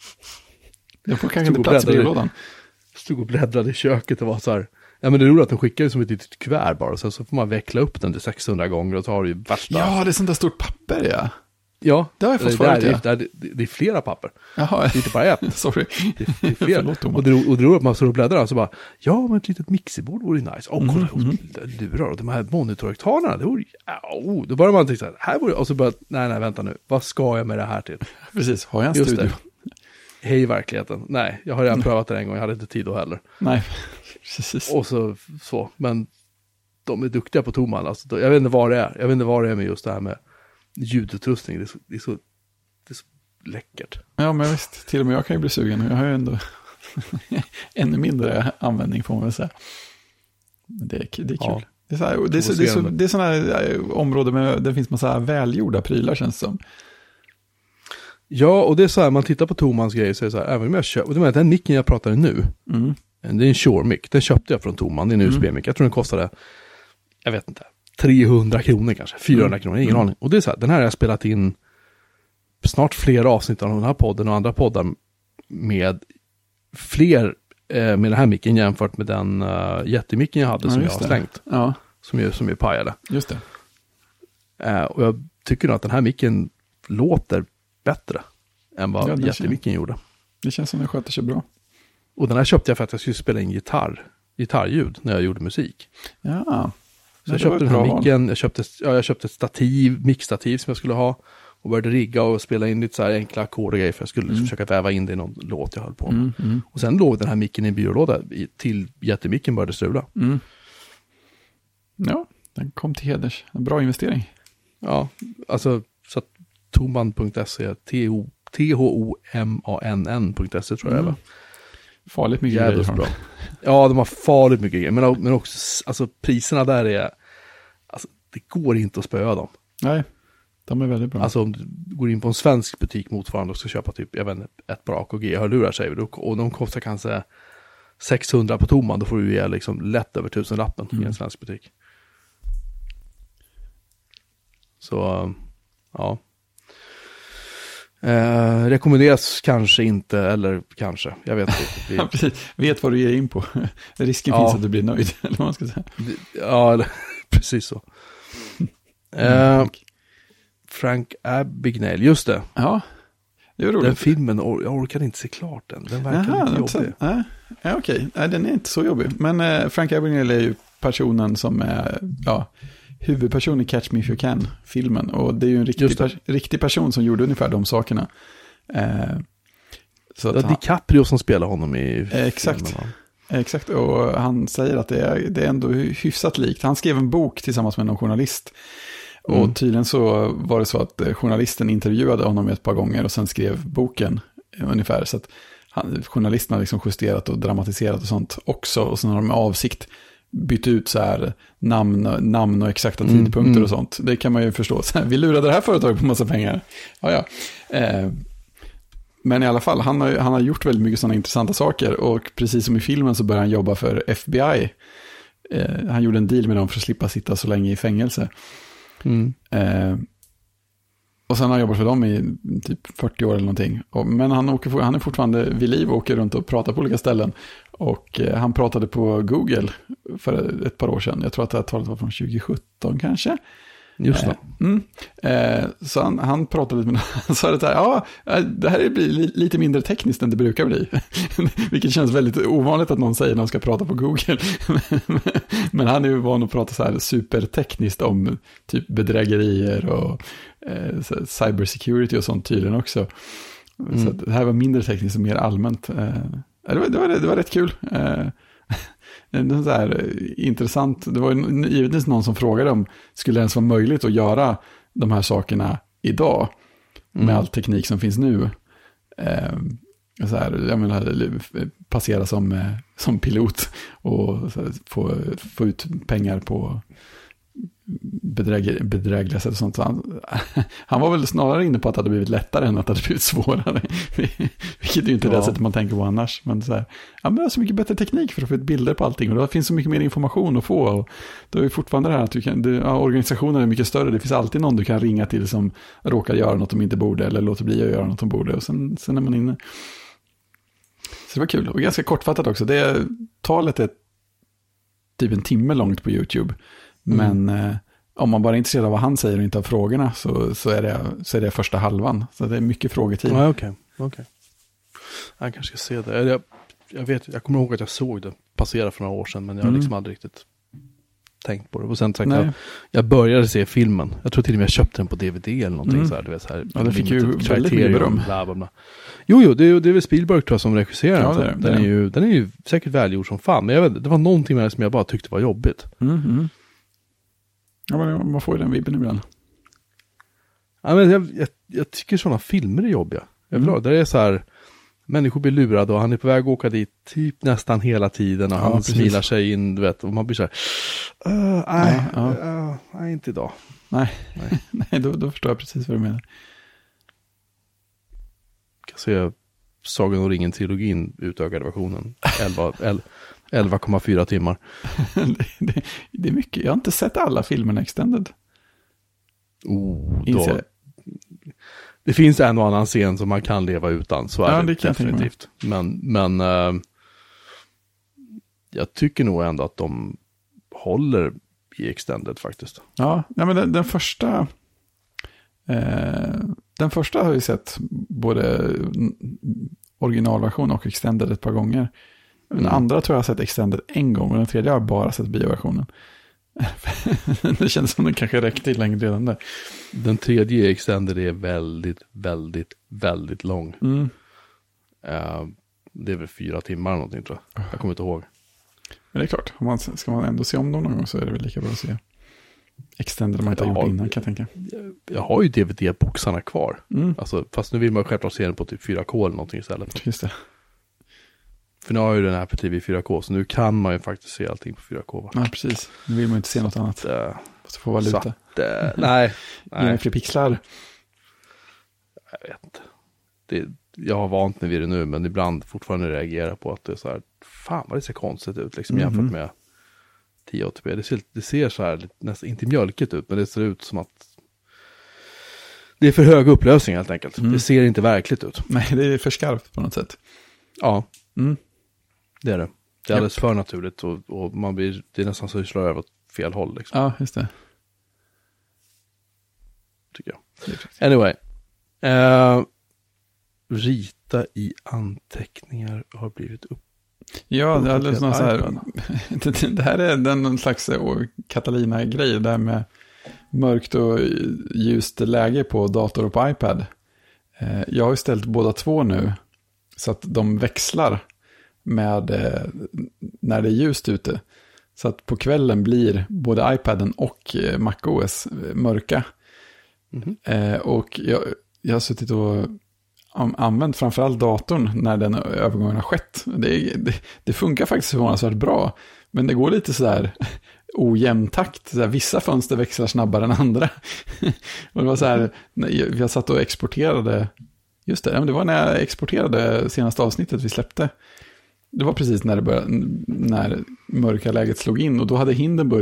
Jag får kanske inte plats i brevlådan. Stod och bläddrade i köket och var så här. Ja, men det är roligt att de skickar ju som ett litet kuvert bara. Så får man veckla upp den till 600 gånger och så har du ju värsta. Ja, det är sånt där stort papper, ja. Ja, det har jag fått förut, det är flera papper. Jaha. Det är inte bara ett. Sorry. Det är flera. Förlåt, och det är roligt att man står och bläddrar och så bara, ja, men ett litet mixerbord vore nice. Kolla, lurar och de här monitorhögtalarna, det vore, då börjar man tänka så här vore, och så bara, nej, vänta nu, vad ska jag med det här till? Precis, har jag en studio? Det. Hej verkligheten. Nej, jag har redan prövat det en gång, jag hade inte tid då heller. Nej, precis. Och så, men de är duktiga på Toman. Alltså, jag vet inte vad det är. Jag vet inte vad det är med just det här med ljudutrustning. Det är så läckert. Ja, men visst. Till och med jag kan ju bli sugen. Jag har ju ändå ännu mindre användning får man väl säga. Men det är kul. Ja. Det är sådana här områden med det finns massa välgjorda prylar känns det som. Ja, och det är så här, man tittar på Tomans grejer så är det så här, även om jag köper, den micken jag pratar nu, det är en Shure mic, den köpte jag från Toman, det är en USB-mic, jag tror den kostade, jag vet inte, 300 kronor kanske, 400 kronor, ingen aning. Och det är så här, den här har jag spelat in snart flera avsnitt av den här podden och andra poddar med fler med den här micken jämfört med den jättemicken jag hade som jag har slängt, som jag pajade. Just det. Och jag tycker nog att den här micken låter bättre än vad jättemicken gjorde. Det känns som den sköter sig bra. Och den här köpte jag för att jag skulle spela in gitarrljud när jag gjorde musik. Ja. Så jag köpte den här micken, jag köpte ett stativ, mixstativ som jag skulle ha och började rigga och spela in lite så här enkla ackord och grejer för jag skulle försöka väva in det i någon låt jag höll på med. Och sen låg den här micken i en byrålåda till jättemicken började strula. Ja, den kom till heders. En bra investering. Ja, alltså så att toman.se, thomann.se tror jag det var. Farligt mycket grejer. Bra. Ja, de har farligt mycket grejer. Men också, alltså priserna där är, alltså det går inte att spöa dem. Nej, de är väldigt bra. Alltså om du går in på en svensk butik motsvarande och ska köpa typ, jag vet inte, ett bra AKG-hörlurar säger vi, och de kostar kanske 600 på Toman, då får du ge liksom lätt över 1000-lappen i en svensk butik. Så, ja. Rekommenderas kanske inte, eller kanske, jag vet inte. Vet vad du ger in på. Risken finns att du blir nöjd, eller vad man ska säga. Ja, precis så. Frank Abagnale, just det. Ja, det är roligt. Den filmen, jag orkade inte se klart den. Den verkar lite jobbig. Ja, okej. Nej, den är inte så jobbig. Men Frank Abagnale är ju personen som är, huvudperson i Catch Me If You Can-filmen. Och det är ju en riktig person som gjorde ungefär de sakerna. Så det är DiCaprio som spelar honom i exakt. Filmen. Exakt, och han säger att det är ändå hyfsat likt. Han skrev en bok tillsammans med någon journalist. Och tydligen så var det så att journalisten intervjuade honom ett par gånger och sen skrev boken ungefär. Så att journalisten har liksom justerat och dramatiserat och sånt också. Och sen har de med avsikt bytt ut så här namn och exakta tidpunkter och sånt. Det kan man ju förstå. Så här, vi lurade det här företaget på massa pengar. Ja. Men i alla fall, han har gjort väldigt mycket sådana intressanta saker. Och precis som i filmen så började han jobba för FBI. Han gjorde en deal med dem för att slippa sitta så länge i fängelse. Och sen har han jobbat för dem i typ 40 år eller någonting. Men han är fortfarande vid liv och åker runt och pratar på olika ställen. Och han pratade på Google för ett par år sedan. Jag tror att det här talet var från 2017 kanske. Just det. Så han pratade lite med han sa det här, det här blir lite mindre tekniskt än det brukar bli. Vilket känns väldigt ovanligt att någon säger när de ska prata på Google. Men han är ju van att prata så här supertekniskt om typ bedrägerier och cybersecurity och sånt tydligen också. Så det här var mindre tekniskt och mer allmänt. Det var rätt kul. Så här, intressant. Det var givetvis någon som frågade om skulle det ens vara möjligt att göra de här sakerna idag med all teknik som finns nu. Så här, jag menar, passera som pilot och så här, få ut pengar på bedrägliga sätt och sånt. Så han var väl snarare inne på att det hade blivit lättare än att det hade blivit svårare. Vilket är ju inte det sättet man tänker på annars. Men så här, men det är så mycket bättre teknik för att få ut bilder på allting. Och det finns så mycket mer information att få. Och då är det fortfarande det här att organisationen är mycket större. Det finns alltid någon du kan ringa till som råkar göra något de inte borde. Eller låter bli att göra något de borde. Och sen är man inne. Så det var kul. Och ganska kortfattat också. Talet är typ en timme långt på YouTube. Men om man bara är intresserad av vad han säger och inte av frågorna så är det första halvan. Så det är mycket frågetid. Ja, okej. Jag kanske ska se det. Jag kommer ihåg att jag såg det passera för några år sedan, men jag har liksom aldrig riktigt tänkt på det. Och sen jag började se filmen. Jag tror till och med jag köpte den på DVD eller någonting så här, du vet, så här. Ja, det fick ju väldigt mycket beröm. Jo, det är väl Spielberg tror jag som regisserar. Ja, den är ju säkert välgjord som fan, men jag vet, det var någonting med det som jag bara tyckte var jobbigt. Ja, men man får ju den vibben ibland. Ja, men jag tycker sådana filmer är jobbiga. Där är så här, människor blir lurade och han är på väg att åka dit typ nästan hela tiden och han smilar sig in, du vet, och man blir så här, nej, inte idag. Nej, då förstår jag precis vad du menar. Jag kan se Sagan om ringen-trilogin, utökade versionen, 11,4 timmar. Det är mycket. Jag har inte sett alla filmerna extended. Det finns en och annan scen som man kan leva utan, så är det definitivt. Men jag tycker nog ändå att de håller i extended faktiskt. Ja, men den första har jag ju sett både originalversion och extended ett par gånger. Den andra tror jag har sett extended en gång och den tredje har bara sett bioversionen. Det känns som den kanske räckte till längre redan där. Den tredje extended är väldigt, väldigt, väldigt lång. Det är väl 4 timmar eller någonting tror jag. Jag kommer inte ihåg. Men det är klart, ska man ändå se om dem någon gång så är det väl lika bra att se extended man inte har gjort innan, kan jag tänka. Jag har ju DVD-boxarna kvar. Alltså, fast nu vill man självklart se den på typ 4K eller någonting istället. Just det. För nu har ju den här på TV 4K, så nu kan man ju faktiskt se allting på 4K. Va? Ja, precis. Nu vill man inte se något annat. Så får valuta. Så nej. Ge fler pixlar. Jag vet inte. Jag har vant mig vid det nu, men ibland fortfarande reagerar på att det är så här, fan vad det ser konstigt ut liksom, jämfört med 1080p. Det ser så här nästan inte mjölkigt ut, men det ser ut som att det är för hög upplösning helt enkelt. Det ser inte verkligt ut. Nej, det är för skarpt på något sätt. Ja. Det är det. Det är alldeles för naturligt och man blir, det är nästan så att det slår över åt fel håll liksom. Ja, just det. Tycker jag. Anyway. Rita i anteckningar har blivit upp. Ja, det är alldeles så här. Det här är någon slags Catalina-grej där med mörkt och ljust läge på dator och på iPad. Jag har ju ställt båda två nu så att de växlar med när det är ljust ute. Så att på kvällen blir både iPaden och macOS mörka. Och jag har suttit och använt framförallt datorn när den övergången har skett. Det funkar faktiskt förvånansvärt bra. Men det går lite sådär ojämn takt. Så här, vissa fönster växlar snabbare än andra. Och det var så här, jag satt och exporterade. Just det, det var när jag exporterade senaste avsnittet vi släppte. Det var precis när mörka läget slog in. Och då hade Hindenburg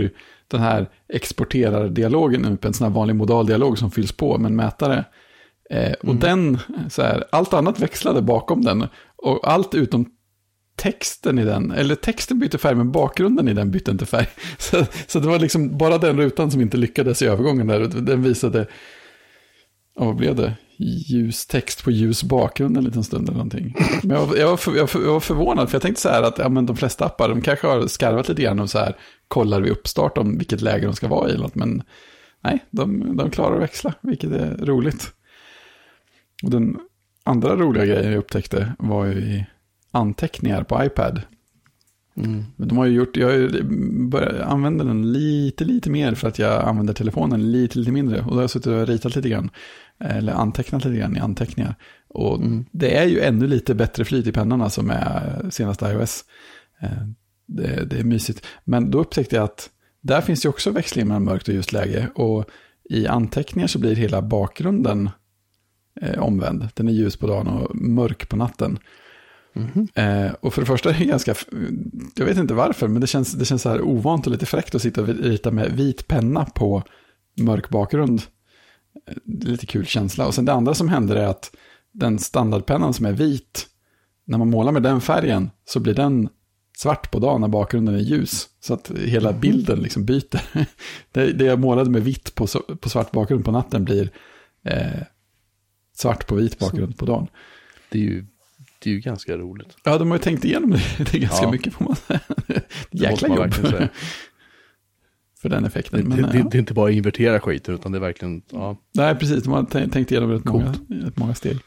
den här exporterar-dialogen upp en sån här vanlig modaldialog som fylls på med en mätare. Och den, så här, allt annat växlade bakom den. Och allt utom texten i den, eller texten bytte färg men bakgrunden i den bytte inte färg. Så det var liksom bara den rutan som inte lyckades i övergången där. Den visade, vad blev det? Ljus text på ljus bakgrund en liten stund eller någonting. Men jag var förvånad, för jag tänkte så här att men de flesta appar, de kanske har skarvat lite grann och så här kollar vid uppstart om vilket läge de ska vara i. Men nej, de klarar att växla, vilket är roligt. Och den andra roliga grejen jag upptäckte var ju i anteckningar på iPad. De har ju gjort, jag började använda den lite mer för att jag använder telefonen lite mindre. Och då har jag suttit och ritat lite grann. Eller antecknat lite grann i anteckningar. Och det är ju ännu lite bättre flyt i pennorna som är senaste iOS. Det är mysigt. Men då upptäckte jag att där finns ju också växling mellan mörkt och ljust läge. Och i anteckningar så blir hela bakgrunden omvänd. Den är ljus på dagen och mörk på natten. Och för det första är det ganska, jag vet inte varför, men det känns så här ovant och lite fräckt att sitta och rita med vit penna på mörk bakgrund. Lite kul känsla. Och sen det andra som händer är att den standardpennan som är vit, när man målar med den färgen så blir den svart på dagen när bakgrunden är ljus. Så att hela bilden liksom byter. Det jag målade med vitt på svart bakgrund på natten blir svart på vit bakgrund på dagen. Det är ju ganska roligt. Ja, de har ju tänkt igenom det är ganska mycket på man. Jäkla jobb. För den effekten. Det är inte bara att invertera skiten, utan det är verkligen... Ja. Nej, precis. De har tänkt igenom rätt många steg.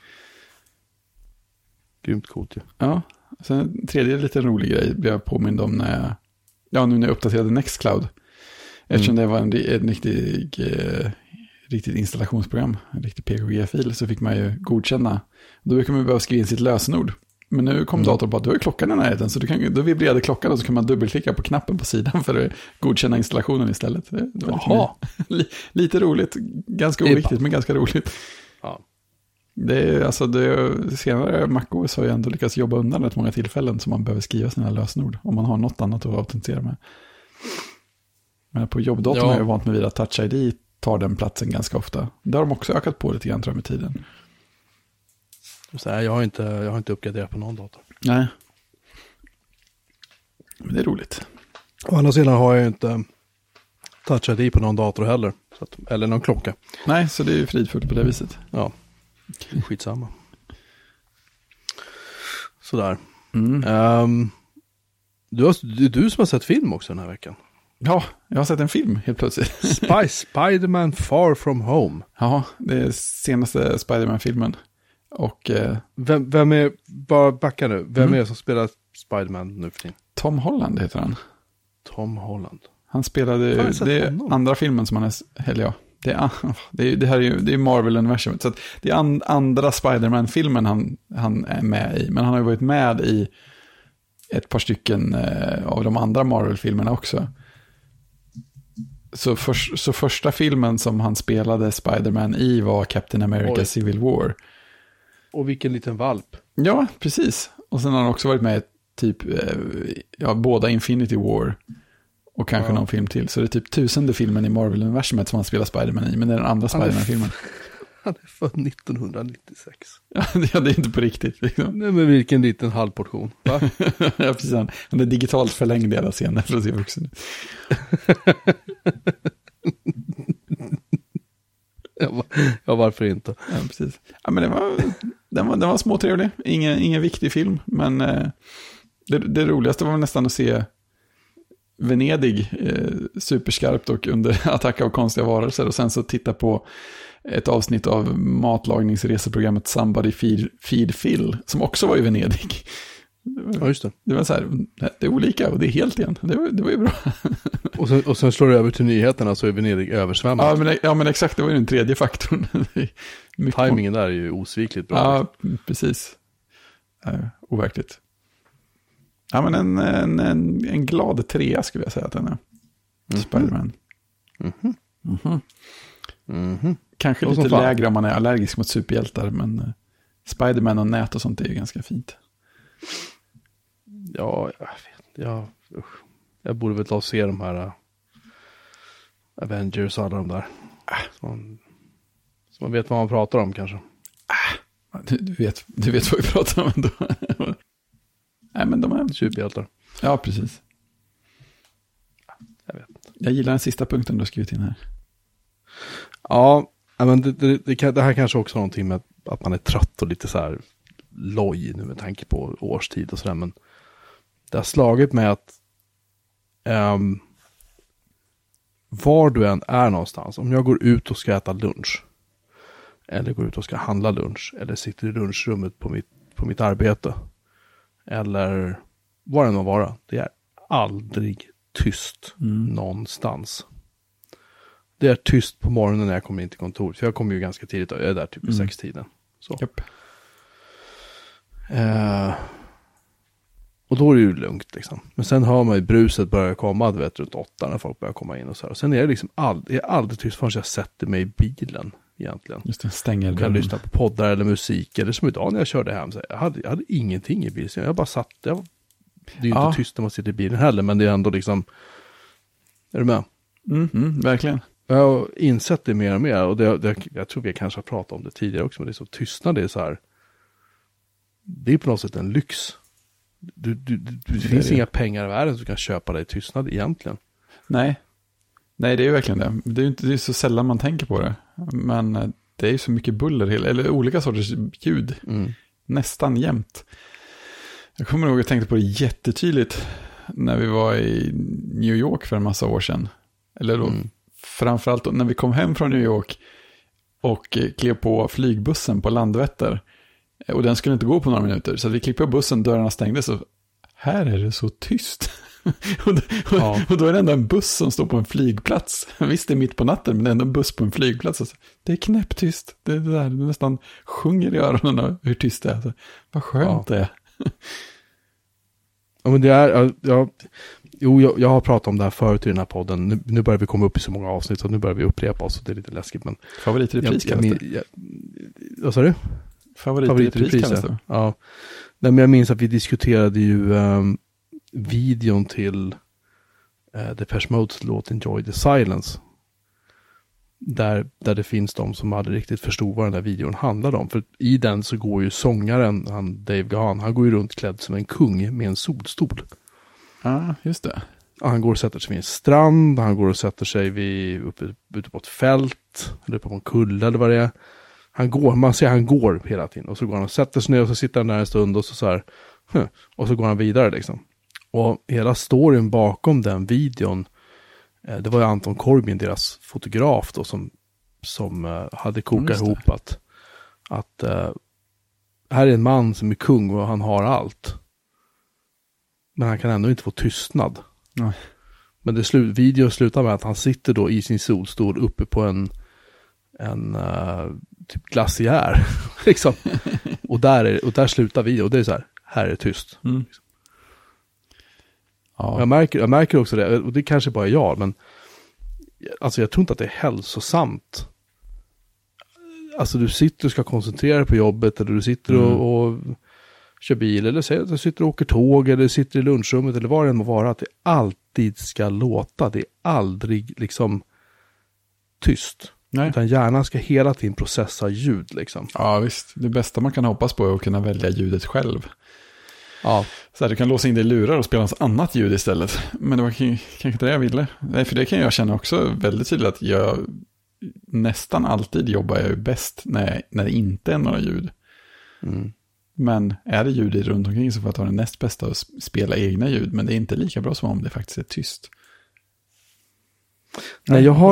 Grymt coolt ju. Ja. Sen en tredje lite rolig grej blev jag påmind om när jag uppdaterade Nextcloud. Eftersom det var en riktigt installationsprogram, en riktig PKG-fil, så fick man ju godkänna. Då brukar man behöva skriva in sitt lösenord. Men nu kom datorn på att du har klockan i närheten, så då vibrerade klockan och så kan man dubbelklicka på knappen på sidan för att godkänna installationen istället. Det var lite roligt, ganska oviktigt men ganska roligt. Ja. Senare MacOS har ju ändå lyckats jobba undan rätt många tillfällen som man behöver skriva sina lösenord om man har något annat att autentisera med. Men på jobbdatorn har jag vant mig vid att Touch ID tar den platsen ganska ofta. Där har de också ökat på lite grann tror jag med tiden. Så här, jag har inte uppgraderat på någon dator. Nej. Men det är roligt. Å andra sidan har jag inte Touch ID på någon dator heller. Eller någon klocka. Nej, så det är ju fridfullt på det viset. Ja, skitsamma. Sådär. Det är du som har sett film också den här veckan. Ja, jag har sett en film helt plötsligt. Spider-Man Far From Home. Ja, det är senaste Spider-Man-filmen. Och vem är, bara backa nu, vem är det som spelar Spider-Man nu för tiden? Tom Holland heter han. Tom Holland. Han spelade, det är andra filmen som han det här är Marvel-universumet. Så att det är andra Spider-Man-filmen han är med i. Men han har ju varit med i ett par stycken av de andra Marvel-filmerna också. Så första filmen som han spelade Spider-Man i var Captain America Civil War. Och vilken liten valp. Ja, precis. Och sen har han också varit med i typ båda Infinity War och kanske någon film till. Så det är typ 1000:e filmen i Marvel-universumet som han spelar Spider-Man i. Men det är den andra Spider-Man-filmen. Han är född 1996. Ja, det är inte på riktigt. Liksom. Nej, men vilken liten halvportion. Va? Ja, precis. Han är digitalt förlängd i alla scener för att se vuxen ut. Ja, varför inte? Ja, precis. Ja, men den var småtrevlig. Ingen viktig film, men det roligaste var nästan att se Venedig superskarpt och under attack av konstiga varelser och sen så titta på ett avsnitt av matlagningsreseprogrammet Somebody Feed Phil som också var i Venedig. Ja, just det. Det var så här, det är olika och det är helt igen. Det var ju bra. Och sen slår det över till nyheterna så är Venedig översvämmat. Ja, men exakt, det var ju den tredje faktorn. Timingen där är ju osvikligt bra. Ja, precis. Overkligt. Ja, men en glad 3 skulle jag säga att den är. Spider-Man. Kanske lite lägre om man är allergisk mot superhjältar, men Spider-Man och nät och sånt är ju ganska fint. Ja, jag vet. Jag borde väl ta och se de här Avengers och alla de där. Så man vet vad man pratar om kanske. Du vet vad vi pratar om ändå. Nej, men de är superhjältar. Ja, precis. Jag gillar den sista punkten du har skrivit in här. Ja, men det här kanske också har någonting med att man är trött och lite så här loj nu med tanke på årstid och sådär. Men det har slagit mig att var du än är någonstans, om jag går ut och ska äta lunch eller går ut och ska handla lunch eller sitter i lunchrummet på mitt arbete eller vad det än må vara, det är aldrig tyst någonstans. Det är tyst på morgonen när jag kommer in till kontoret. För jag kommer ju ganska tidigt. Jag är där typ 6-tiden. Så. Yep. Och då är det ju lugnt liksom. Men sen hör man ju bruset börja komma, du vet, runt 8 när folk börjar komma in och så här. Och sen är det liksom aldrig tyst förrän jag sätter mig i bilen egentligen. Just det, stänger. Jag kan lyssna på poddar eller musik. Eller som idag när jag körde hem. Så jag hade ingenting i bilen. Jag bara satt. Det är ju inte tyst när man sitter i bilen heller. Men det är ändå liksom. Är du med? Verkligen. Jag har insett det mer och mer. Och jag tror vi kanske har pratat om det tidigare också. Men det är så tystnad. Det är så här. Det är på något sätt en lyx. Det finns inga pengar i världen som kan köpa dig tystnad egentligen. Nej, det är ju verkligen det. Det är så sällan man tänker på det. Men det är ju så mycket buller, eller olika sorters ljud. Nästan jämt. Jag kommer ihåg att jag tänkte på det jättetydligt när vi var i New York för en massa år sedan. Eller då, framförallt när vi kom hem från New York och klev på flygbussen på Landvetter. Och den skulle inte gå på några minuter. Så vi klippte på bussen, dörrarna stängdes och här är det så tyst. och då är det ändå en buss som står på en flygplats. Visst, det är mitt på natten, men det är ändå en buss på en flygplats. Alltså, det är knäpptyst. Det nästan sjunger i öronen hur tyst det är. Alltså, vad skönt det är. Ja, men det är... jag har pratat om det här förut i den här podden. Nu börjar vi komma upp i så många avsnitt så nu börjar vi upprepa oss. Det är lite läskigt, men... Favoritrepris kallas det. Vad sa du? Favoritrepris kallas det. Ja. Nej, men jag minns att vi diskuterade ju videon till Depeche Modes låt Enjoy the Silence. Där det finns de som hade riktigt förstod vad den där videon handlade om. För i den så går ju sångaren, Dave Gahan, han går ju runt klädd som en kung med en solstol. Ja, just det. Han går och sätter sig vid en strand, han går och sätter sig ute på ett fält, eller uppe på en kulle eller vad det är. Man ser han går hela tiden. Och så går han och sätter sig ner och så sitter han där en stund och så här. Och så går han vidare liksom. Och hela storyn bakom den videon. Det var ju Anton Corbijn, deras fotograf då, som hade kokat ihop att här är en man som är kung och han har allt. Men han kan ändå inte få tystnad. Nej. Men videon slutar med att han sitter då i sin solstol uppe på en typ glaciär liksom. och där slutar vi och det är så här är det tyst. Liksom. Ja. Jag märker också det, och det kanske bara är jag, men alltså jag tror inte att det är hälsosamt. Alltså du sitter och ska koncentrera dig på jobbet, eller du sitter och kör bil, eller säger att du sitter och åker tåg, eller sitter i lunchrummet, eller vad det än må vara, att det alltid ska låta. Det är aldrig liksom tyst. Nej. Utan hjärnan ska hela tiden processa ljud liksom. Ja visst, det bästa man kan hoppas på är att kunna välja ljudet själv. Ja. Så här, du kan låsa in det i lurar och spela något annat ljud istället. Men det var kanske inte det jag ville. Nej, för det kan jag känna också väldigt tydligt att jag nästan alltid jobbar jag bäst när det inte är några ljud. Men är det ljud runt omkring så får jag ta det näst bästa och spela egna ljud. Men det är inte lika bra som om det faktiskt är tyst. Nej, jag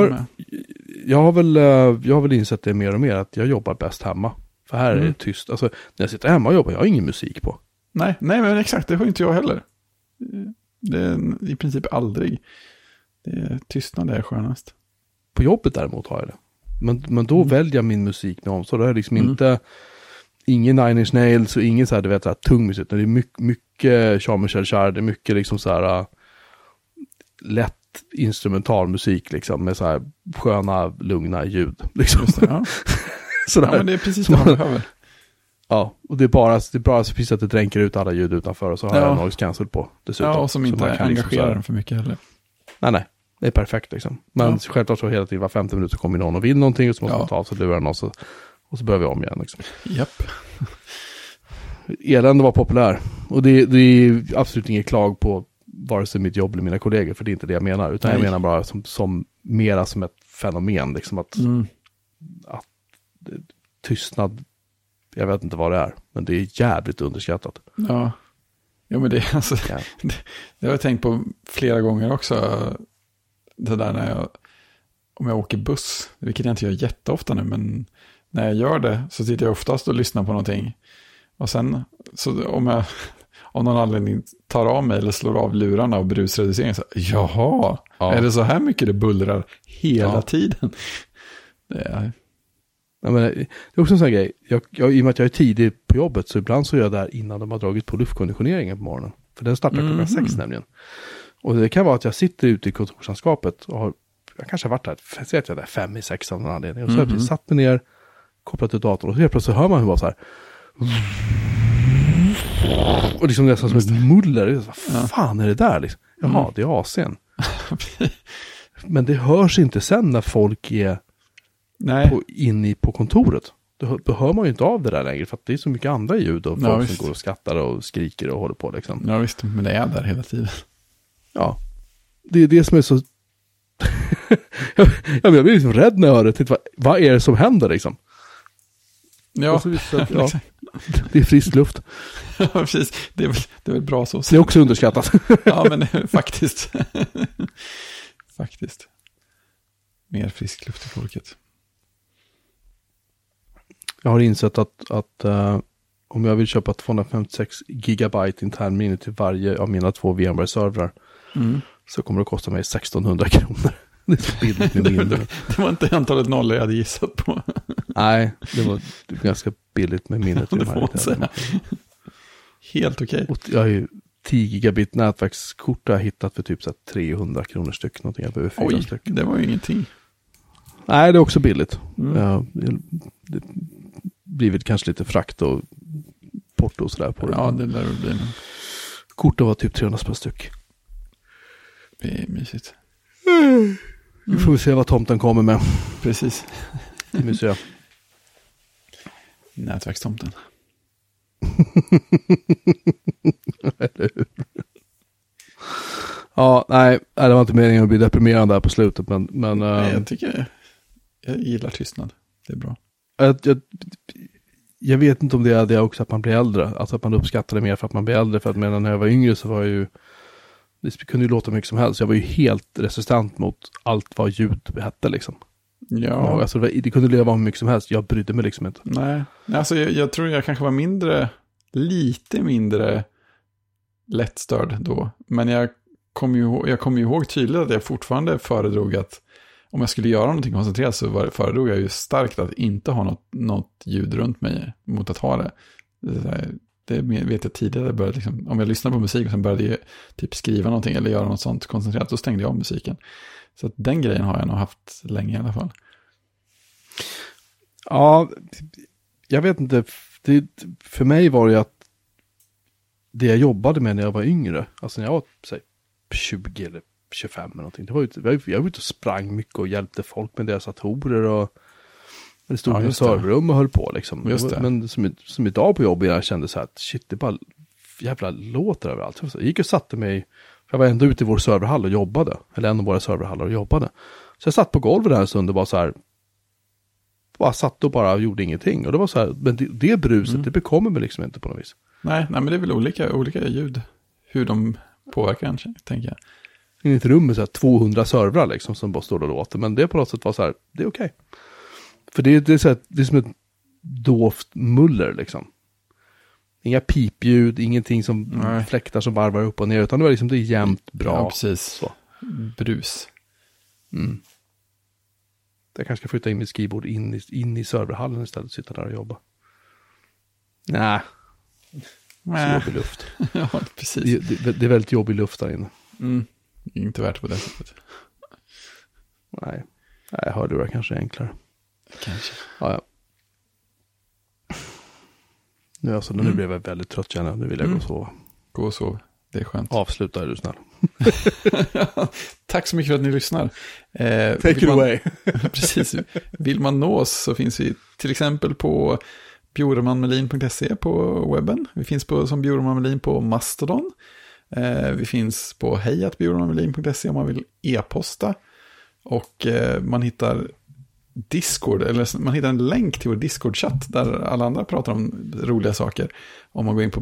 har väl insett det mer och mer att jag jobbar bäst hemma. För här är det tyst. Alltså, när jag sitter hemma och jobbar, jag har ingen musik på. Nej, men exakt, det har inte jag heller. Det är i princip aldrig. Det är tystnad är skönast. På jobbet däremot har jag det. Men då väljer jag min musik med omsorg. Då är det liksom inte ingen Nine Inch Nails och ingen så här, du vet, så här, tung musik. Det är mycket Jean-Michel Jarre, det är mycket liksom så här lätt instrumental musik liksom med så här sköna, lugna ljud liksom. Just det, ja. Sådär. Ja, men det är precis det man behöver. Ja, och det är bara precis att det dränker ut alla ljud utanför och så har jag noise cancel på dessutom. Ja, och som inte engagerar den för mycket heller. Nej. Det är perfekt liksom. Men självklart så hela tiden var 50 minuter kommer någon och vill någonting och så måste man ta av sig lurarna och så börjar vi om igen liksom. Japp. Elände var populär. Och det är absolut inget klag på vare sig mitt jobb eller mina kollegor, för det är inte det jag menar. Utan jag menar bara som mera som ett fenomen. Liksom att tystnad, jag vet inte vad det är, men det är jävligt underskattat. Ja, men det är alltså, det har jag tänkt på flera gånger också. Det där om jag åker buss, vilket jag inte gör jätteofta nu, men när jag gör det så sitter jag oftast och lyssnar på någonting. Och sen, så om någon anledning tar av mig eller slår av lurarna och brusreducering, så jaha, är det så här mycket det bullrar hela tiden? Ja, men det är också en sån här grej. Jag, i och med att jag är tidig på jobbet, så ibland så är jag där innan de har dragit på luftkonditioneringen på morgonen. För den startar klockan 6 nämligen. Och det kan vara att jag sitter ute i kontorslandskapet och jag kanske har varit där, säg att jag är där 5-6 av någon anledning. Och så har jag precis satt mig ner, kopplat till datorn och så helt plötsligt hör man hur det var så här. Och liksom nästan som ett muller. Vad fan är det där liksom? Jaha, det är AC'n. Men det hörs inte sen när folk är inne på kontoret. Då hör man ju inte av det där längre, för att det är så mycket andra ljud och folk som går och skrattar och skriker och håller på liksom. Ja visst, men det är där hela tiden. Ja, det är det som är så jag blir liksom rädd när jag hör det. Vad är det som händer liksom? Ja, det är frisk luft. Ja, precis. Det är väl bra så. Det är också underskattat. Ja, men faktiskt. Faktiskt. Mer frisk luft i folket. Jag har insett att om jag vill köpa 256 gigabyte internminne till varje av mina 2 VMware-servrar så kommer det att kosta mig 1600 kronor. Det är så billigt med minne. Det var inte antalet nollor jag hade gissat på. Nej, det var ganska billigt med minnet. Helt okej. Jag har ju 10 gigabit nätverkskort jag har hittat för typ så 300 kronor styck. Någonting. Jag behöver 4 styck. Det var ju ingenting. Nej, det är också billigt. Det blivit kanske lite frakt och porto och sådär på det. Ja, det lär det bli. Kortet var typ 300 spänn styck. Det är mysigt. Vi får se vad tomten kommer med. Precis. Det måste jag. Nätverkstomten. Eller hur? Ja, nej, det var inte meningen att bli deprimerande där på slutet, men nej, jag tycker jag gillar tystnad. Det är bra. Jag vet inte om det är det också att man blir äldre, alltså att man uppskattar det mer för att man blir äldre, för att medan när jag var yngre så var jag ju, det kunde ju låta mycket som helst. Jag var ju helt resistent mot allt vad ljud hette liksom. Ja. Alltså det kunde leva hur mycket som helst. Jag brydde mig liksom inte. Nej, alltså jag tror jag kanske var lite mindre lättstörd då. Men jag kommer ju ihåg tydligt att jag fortfarande föredrog att om jag skulle göra någonting koncentrerat så föredrog jag ju starkt att inte ha något ljud runt mig mot att ha det. Det vet jag tidigare. Jag började liksom, om jag lyssnade på musik och sen började jag typ skriva någonting eller göra något sånt koncentrerat, så stängde jag av musiken. Så att den grejen har jag nog haft länge i alla fall. Ja, jag vet inte. För mig var det att det jag jobbade med när jag var yngre, alltså när jag var 20 eller 25 eller någonting, jag var ute och sprang mycket och hjälpte folk med deras datorer och det stod i en serverrum och höll på liksom. Just det. Men som idag på jobbet jag kände så här att shit, det bara jävla låter överallt. Jag gick och satte mig, jag var ändå ute i vår serverhall och jobbade, eller en av våra serverhallar och jobbade. Så jag satt på golvet där en stund och bara så här, bara satt och bara gjorde ingenting. Och det var så här, men det bruset, det bekommer mig liksom inte på något vis. Nej, men det är väl olika ljud, hur de påverkar en, tänker jag. I ett rum med så här 200 servrar liksom som bara står och låter. Men det på något sätt var så här, det är okej. För det är så här, det är som ett dovt muller liksom. Inga pipljud, ingenting som fläktar som varvar upp och ner, utan det var liksom, det är jämnt bra. Ja, precis. Så. Brus. Mm. Jag kanske ska flytta in mitt skrivbord in i serverhallen istället och sitta där och jobba. Nej. Så jobbig luft. Ja, precis. Det är väldigt jobbig luft där inne. Det är inte värt på det sättet. Nej, hörlurar kanske är enklare. Kanske. Ja. Nu blev jag väldigt trött, känner jag. Nu vill jag gå och sova. Gå och sova. Det är skönt. Avsluta, är du snäll. Tack så mycket för att ni lyssnar. Take it away. Precis. Vill man nå oss så finns vi till exempel på bjoremanmelin.se på webben. Vi finns som Bjoremanmelin på Mastodon. Vi finns på hejatbjoremanmelin.se om man vill e-posta. Och man hittar Discord, eller man hittar en länk till vår Discord-chatt där alla andra pratar om roliga saker. Om man går in på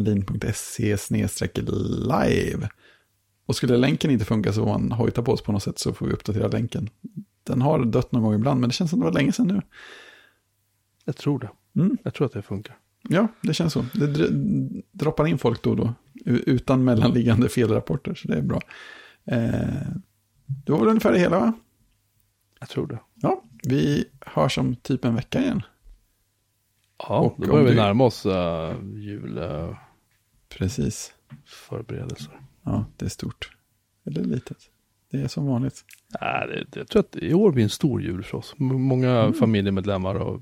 bjoremanmelin.se/live. Och skulle länken inte funka så man hojtar på oss på något sätt så får vi uppdatera länken. Den har dött någon gång ibland, men det känns som det var länge sedan nu. Jag tror det. Jag tror att det funkar. Ja, det känns så. Det droppar in folk då och då. Utan mellanliggande felrapporter, så det är bra. Det var väl ungefär det hela, va? Jag tror det. Ja, vi hörs om typ en vecka igen. Ja, och då börjar vi närma oss jul. Precis. Förberedelser. Ja, det är stort. Eller litet. Det är som vanligt. Nej, jag tror att i år blir en stor jul för oss. Många familjemedlemmar och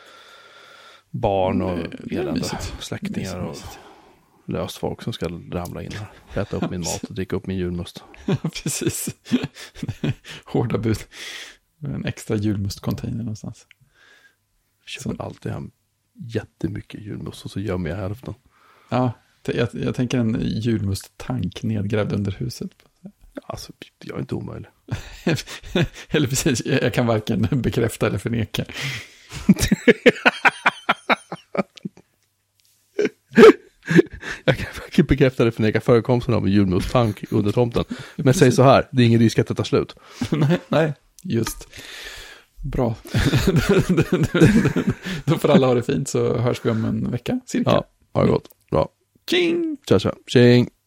barn och elände släktingar och löst folk som ska ramla in här. Äta upp min mat och dricka upp min julmust. Ja, precis. Hårda bud. En extra julmustcontainer någonstans. Jag köper alltid hem jättemycket julmust och så gömmer jag hälften. Ja, jag tänker en julmusttank nedgrävd under huset. Alltså, jag är inte omöjlig. Eller precis, jag kan varken bekräfta eller förneka. Jag kan varken bekräfta eller förneka förekomsten av en julmusttank under tomten. Men säg så här, det är ingen risk att det tar slut. Nej, just. Bra. Då får alla ha det fint så hörs vi om en vecka, cirka. Ja, ha det gott. Bra. Tjing! Tja, tja. Tjing!